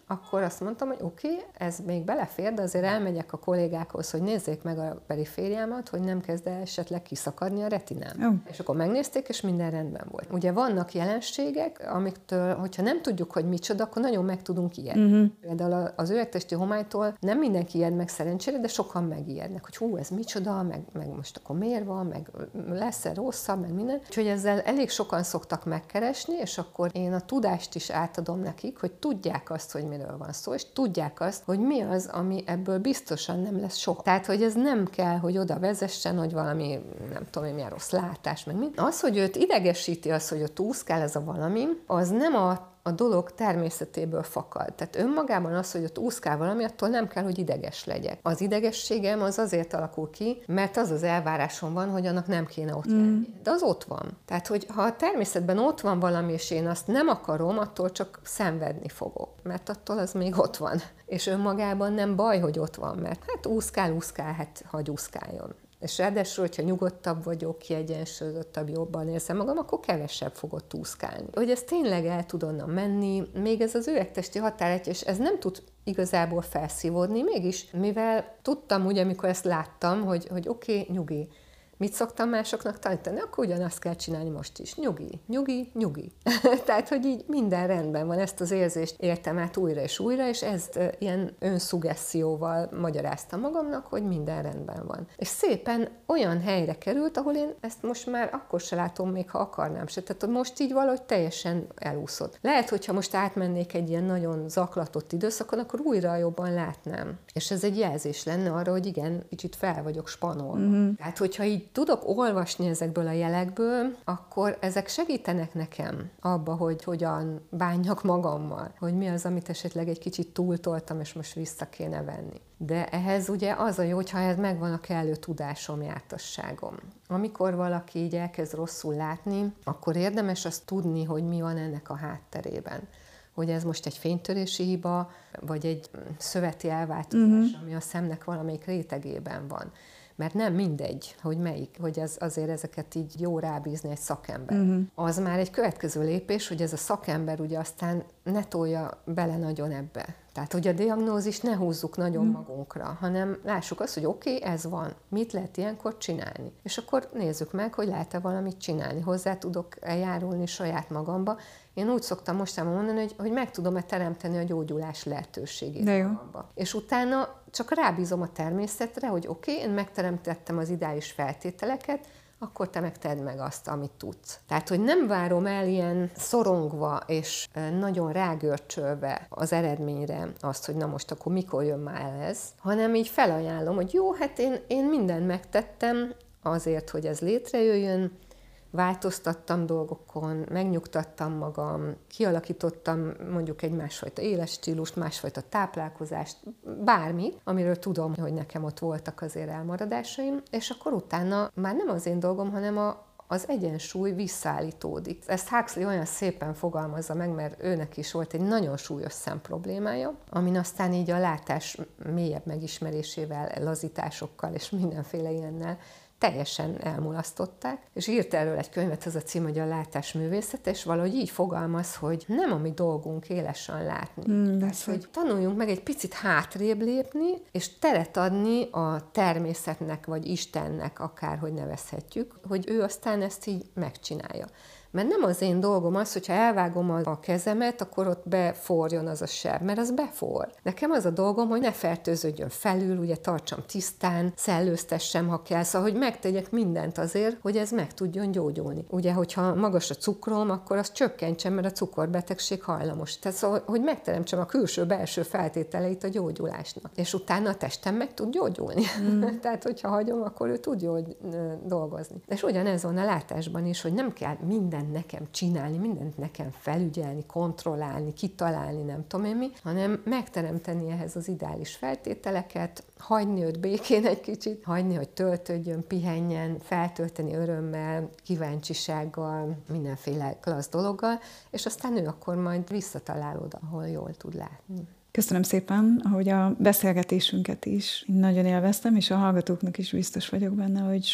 akkor azt mondtam, hogy oké, okay, ez még belefér, de azért elmegyek a kollégákhoz, hogy nézzék meg a perifériámat, hogy nem kezd el esetleg kiszakadni a retinám. Oh. És akkor megnézték, és minden rendben volt. Ugye vannak jelenségek, amiktől, hogyha nem tudjuk, hogy micsoda, akkor nagyon meg tudunk ijedni. Uh-huh. Például az üvegtesti homálytól nem mindenki ijed meg szerencsére, de sokan megijednek, hogy hú, ez micsoda, meg, meg most akkor miért van, meg lesz-e rosszabb, meg minden. Úgyhogy ezzel elég sokan szoktak megkeresni, és akkor én a tudást is átadom nekik, hogy tudják azt, hogy miről van szó, és tudják azt, hogy mi az, ami ebből biztosan nem lesz soha. Tehát, hogy ez nem kell, hogy oda vezessen, hogy valami, nem tudom én, milyen rossz látás, meg mi. Az, hogy őt idegesíti az, hogy ott úszkál ez a valami, az nem a a dolog természetéből fakad. Tehát önmagában az, hogy ott úszkál valami, attól nem kell, hogy ideges legyek. Az idegességem az azért alakul ki, mert az az elvárásom van, hogy annak nem kéne ott lenni. Mm. De az ott van. Tehát, hogy ha a természetben ott van valami, és én azt nem akarom, attól csak szenvedni fogok. Mert attól az még ott van. És önmagában nem baj, hogy ott van, mert hát úszkál, úszkál, hát hagy úszkáljon. És ráadásul, hogyha nyugodtabb vagyok, kiegyensúlyozottabb, jobban érzem magam, akkor kevesebb fogok úszkálni. Hogy ez tényleg el tud onnan menni, még ez az üvegtesti határetje, és ez nem tud igazából felszívódni, mégis, mivel tudtam úgy, amikor ezt láttam, hogy, hogy oké, okay, nyugi. Mit szoktam másoknak tanítani? Akkor ugyanazt kell csinálni most is. Nyugi, nyugi, nyugi. Tehát, hogy így minden rendben van, ezt az érzést éltem át újra és újra, és ezt e, ilyen önszugesszióval magyaráztam magamnak, hogy minden rendben van. És szépen olyan helyre került, ahol én ezt most már akkor se látom, még ha akarnám se. Tehát most így valahogy teljesen elúszott. Lehet, hogyha most átmennék egy ilyen nagyon zaklatott időszakon, akkor újra jobban látnám. És ez egy jelzés lenne arra, hogy igen, kicsit fel vagyok spanolva. Mm-hmm. Tehát, hogyha így tudok olvasni ezekből a jelekből, akkor ezek segítenek nekem abba, hogy hogyan bánjak magammal, hogy mi az, amit esetleg egy kicsit túltoltam, és most vissza kéne venni. De ehhez ugye az a jó, hogyha ehhez megvan a kellő tudásom, jártasságom. Amikor valaki így elkezd rosszul látni, akkor érdemes azt tudni, hogy mi van ennek a hátterében. Hogy ez most egy fénytörési hiba, vagy egy szöveti elváltozás, uh-huh. ami a szemnek valamelyik rétegében van. Mert nem mindegy, hogy melyik, hogy az, azért ezeket így jó rábízni egy szakember. Uh-huh. Az már egy következő lépés, hogy ez a szakember ugye aztán ne tolja bele nagyon ebbe. Tehát, hogy a diagnózist ne húzzuk nagyon uh-huh. magunkra, hanem lássuk azt, hogy oké, okay, ez van, mit lehet ilyenkor csinálni. És akkor nézzük meg, hogy lehet-e valamit csinálni. Hozzá tudok eljárulni saját magamba. Én úgy szoktam mostában mondani, hogy, hogy meg tudom-e teremteni a gyógyulás lehetőségét magamba. És utána csak rábízom a természetre, hogy oké, okay, én megteremtettem az ideális feltételeket, akkor te meg tedd meg azt, amit tudsz. Tehát, hogy nem várom el ilyen szorongva és nagyon rágörcsölve az eredményre azt, hogy na most akkor mikor jön már ez, hanem így felajánlom, hogy jó, hát én, én mindent megtettem azért, hogy ez létrejöjjön, változtattam dolgokon, megnyugtattam magam, kialakítottam mondjuk egy másfajta életstílust, másfajta táplálkozást, bármit, amiről tudom, hogy nekem ott voltak azért elmaradásaim, és akkor utána már nem az én dolgom, hanem a, az egyensúly visszaállítódik. Ezt Huxley olyan szépen fogalmazza meg, mert őnek is volt egy nagyon súlyos szemproblémája, amin aztán így a látás mélyebb megismerésével, lazításokkal és mindenféle ilyennel teljesen elmulasztották, és írt erről egy könyvet, az a cím, hogy a látás művészete, és valahogy így fogalmaz, hogy nem a mi dolgunk élesen látni. Mm, Tehát, hogy tanuljunk meg egy picit hátrébb lépni, és teret adni a természetnek, vagy Istennek, akárhogy nevezhetjük, hogy ő aztán ezt így megcsinálja. Mert nem az én dolgom az, hogyha elvágom a kezemet, akkor ott beforjon az a seb, mert az befor. Nekem az a dolgom, hogy ne fertőződjön felül, ugye tartsam tisztán, szellőztessem, ha kell, szóval, hogy megtegyek mindent azért, hogy ez meg tudjon gyógyulni. Ugye, hogyha magas a cukrom, akkor azt csökkentsem, mert a cukorbetegség hajlamos. Tehát szóval, hogy megteremtsem a külső-belső feltételeit a gyógyulásnak. És utána a testem meg tud gyógyulni. Mm. Tehát, hogyha hagyom, akkor ő tud jól dolgozni. És ugyanez van a látásban is, hogy nem kell minden nekem csinálni, mindent nekem felügyelni, kontrollálni, kitalálni, nem tudom én mi, hanem megteremteni ehhez az ideális feltételeket, hagyni őt békén egy kicsit, hagyni, hogy töltődjön, pihenjen, feltölteni örömmel, kíváncsisággal, mindenféle klassz dologgal, és aztán ő akkor majd visszatalál oda, ahol jól tud látni. Köszönöm szépen, ahogy a beszélgetésünket is nagyon élveztem, és a hallgatóknak is biztos vagyok benne, hogy sok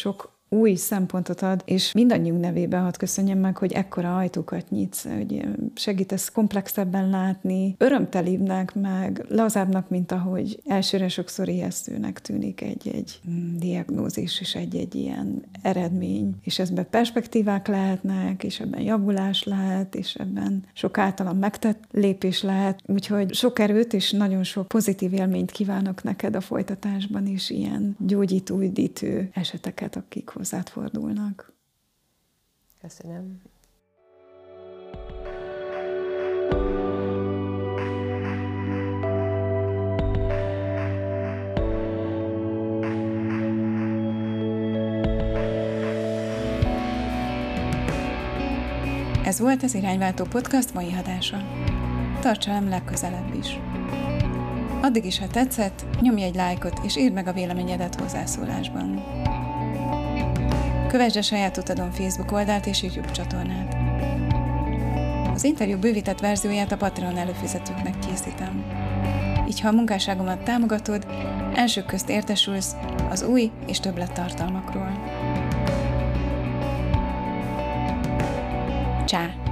új szempontot ad, és mindannyiunk nevében hadd köszönjem meg, hogy ekkora ajtókat nyitsz, hogy segítesz komplexebben látni, örömtelibbnek, meg lazábbnak, mint ahogy elsőre sokszor ijesztőnek tűnik egy-egy diagnózis és egy-egy ilyen eredmény. És ezben perspektívák lehetnek, és ebben javulás lehet, és ebben sok általam megtett lépés lehet. Úgyhogy sok erőt és nagyon sok pozitív élményt kívánok neked a folytatásban is, ilyen gyógyító, üdítő eseteket, akik hozzád fordulnak. Köszönöm. Ez volt az Irányváltó Podcast mai adása. Tarts velem legközelebb is. Addig is, ha tetszett, nyomj egy lájkot és írd meg a véleményedet hozzászólásban. Kövesd a Saját Utadon Facebook oldalt és YouTube csatornát. Az interjú bővített verzióját a Patreon előfizetőknek készítem. Így, ha a munkásságomat támogatod, elsők közt értesülsz az új és többlet tartalmakról. Csá!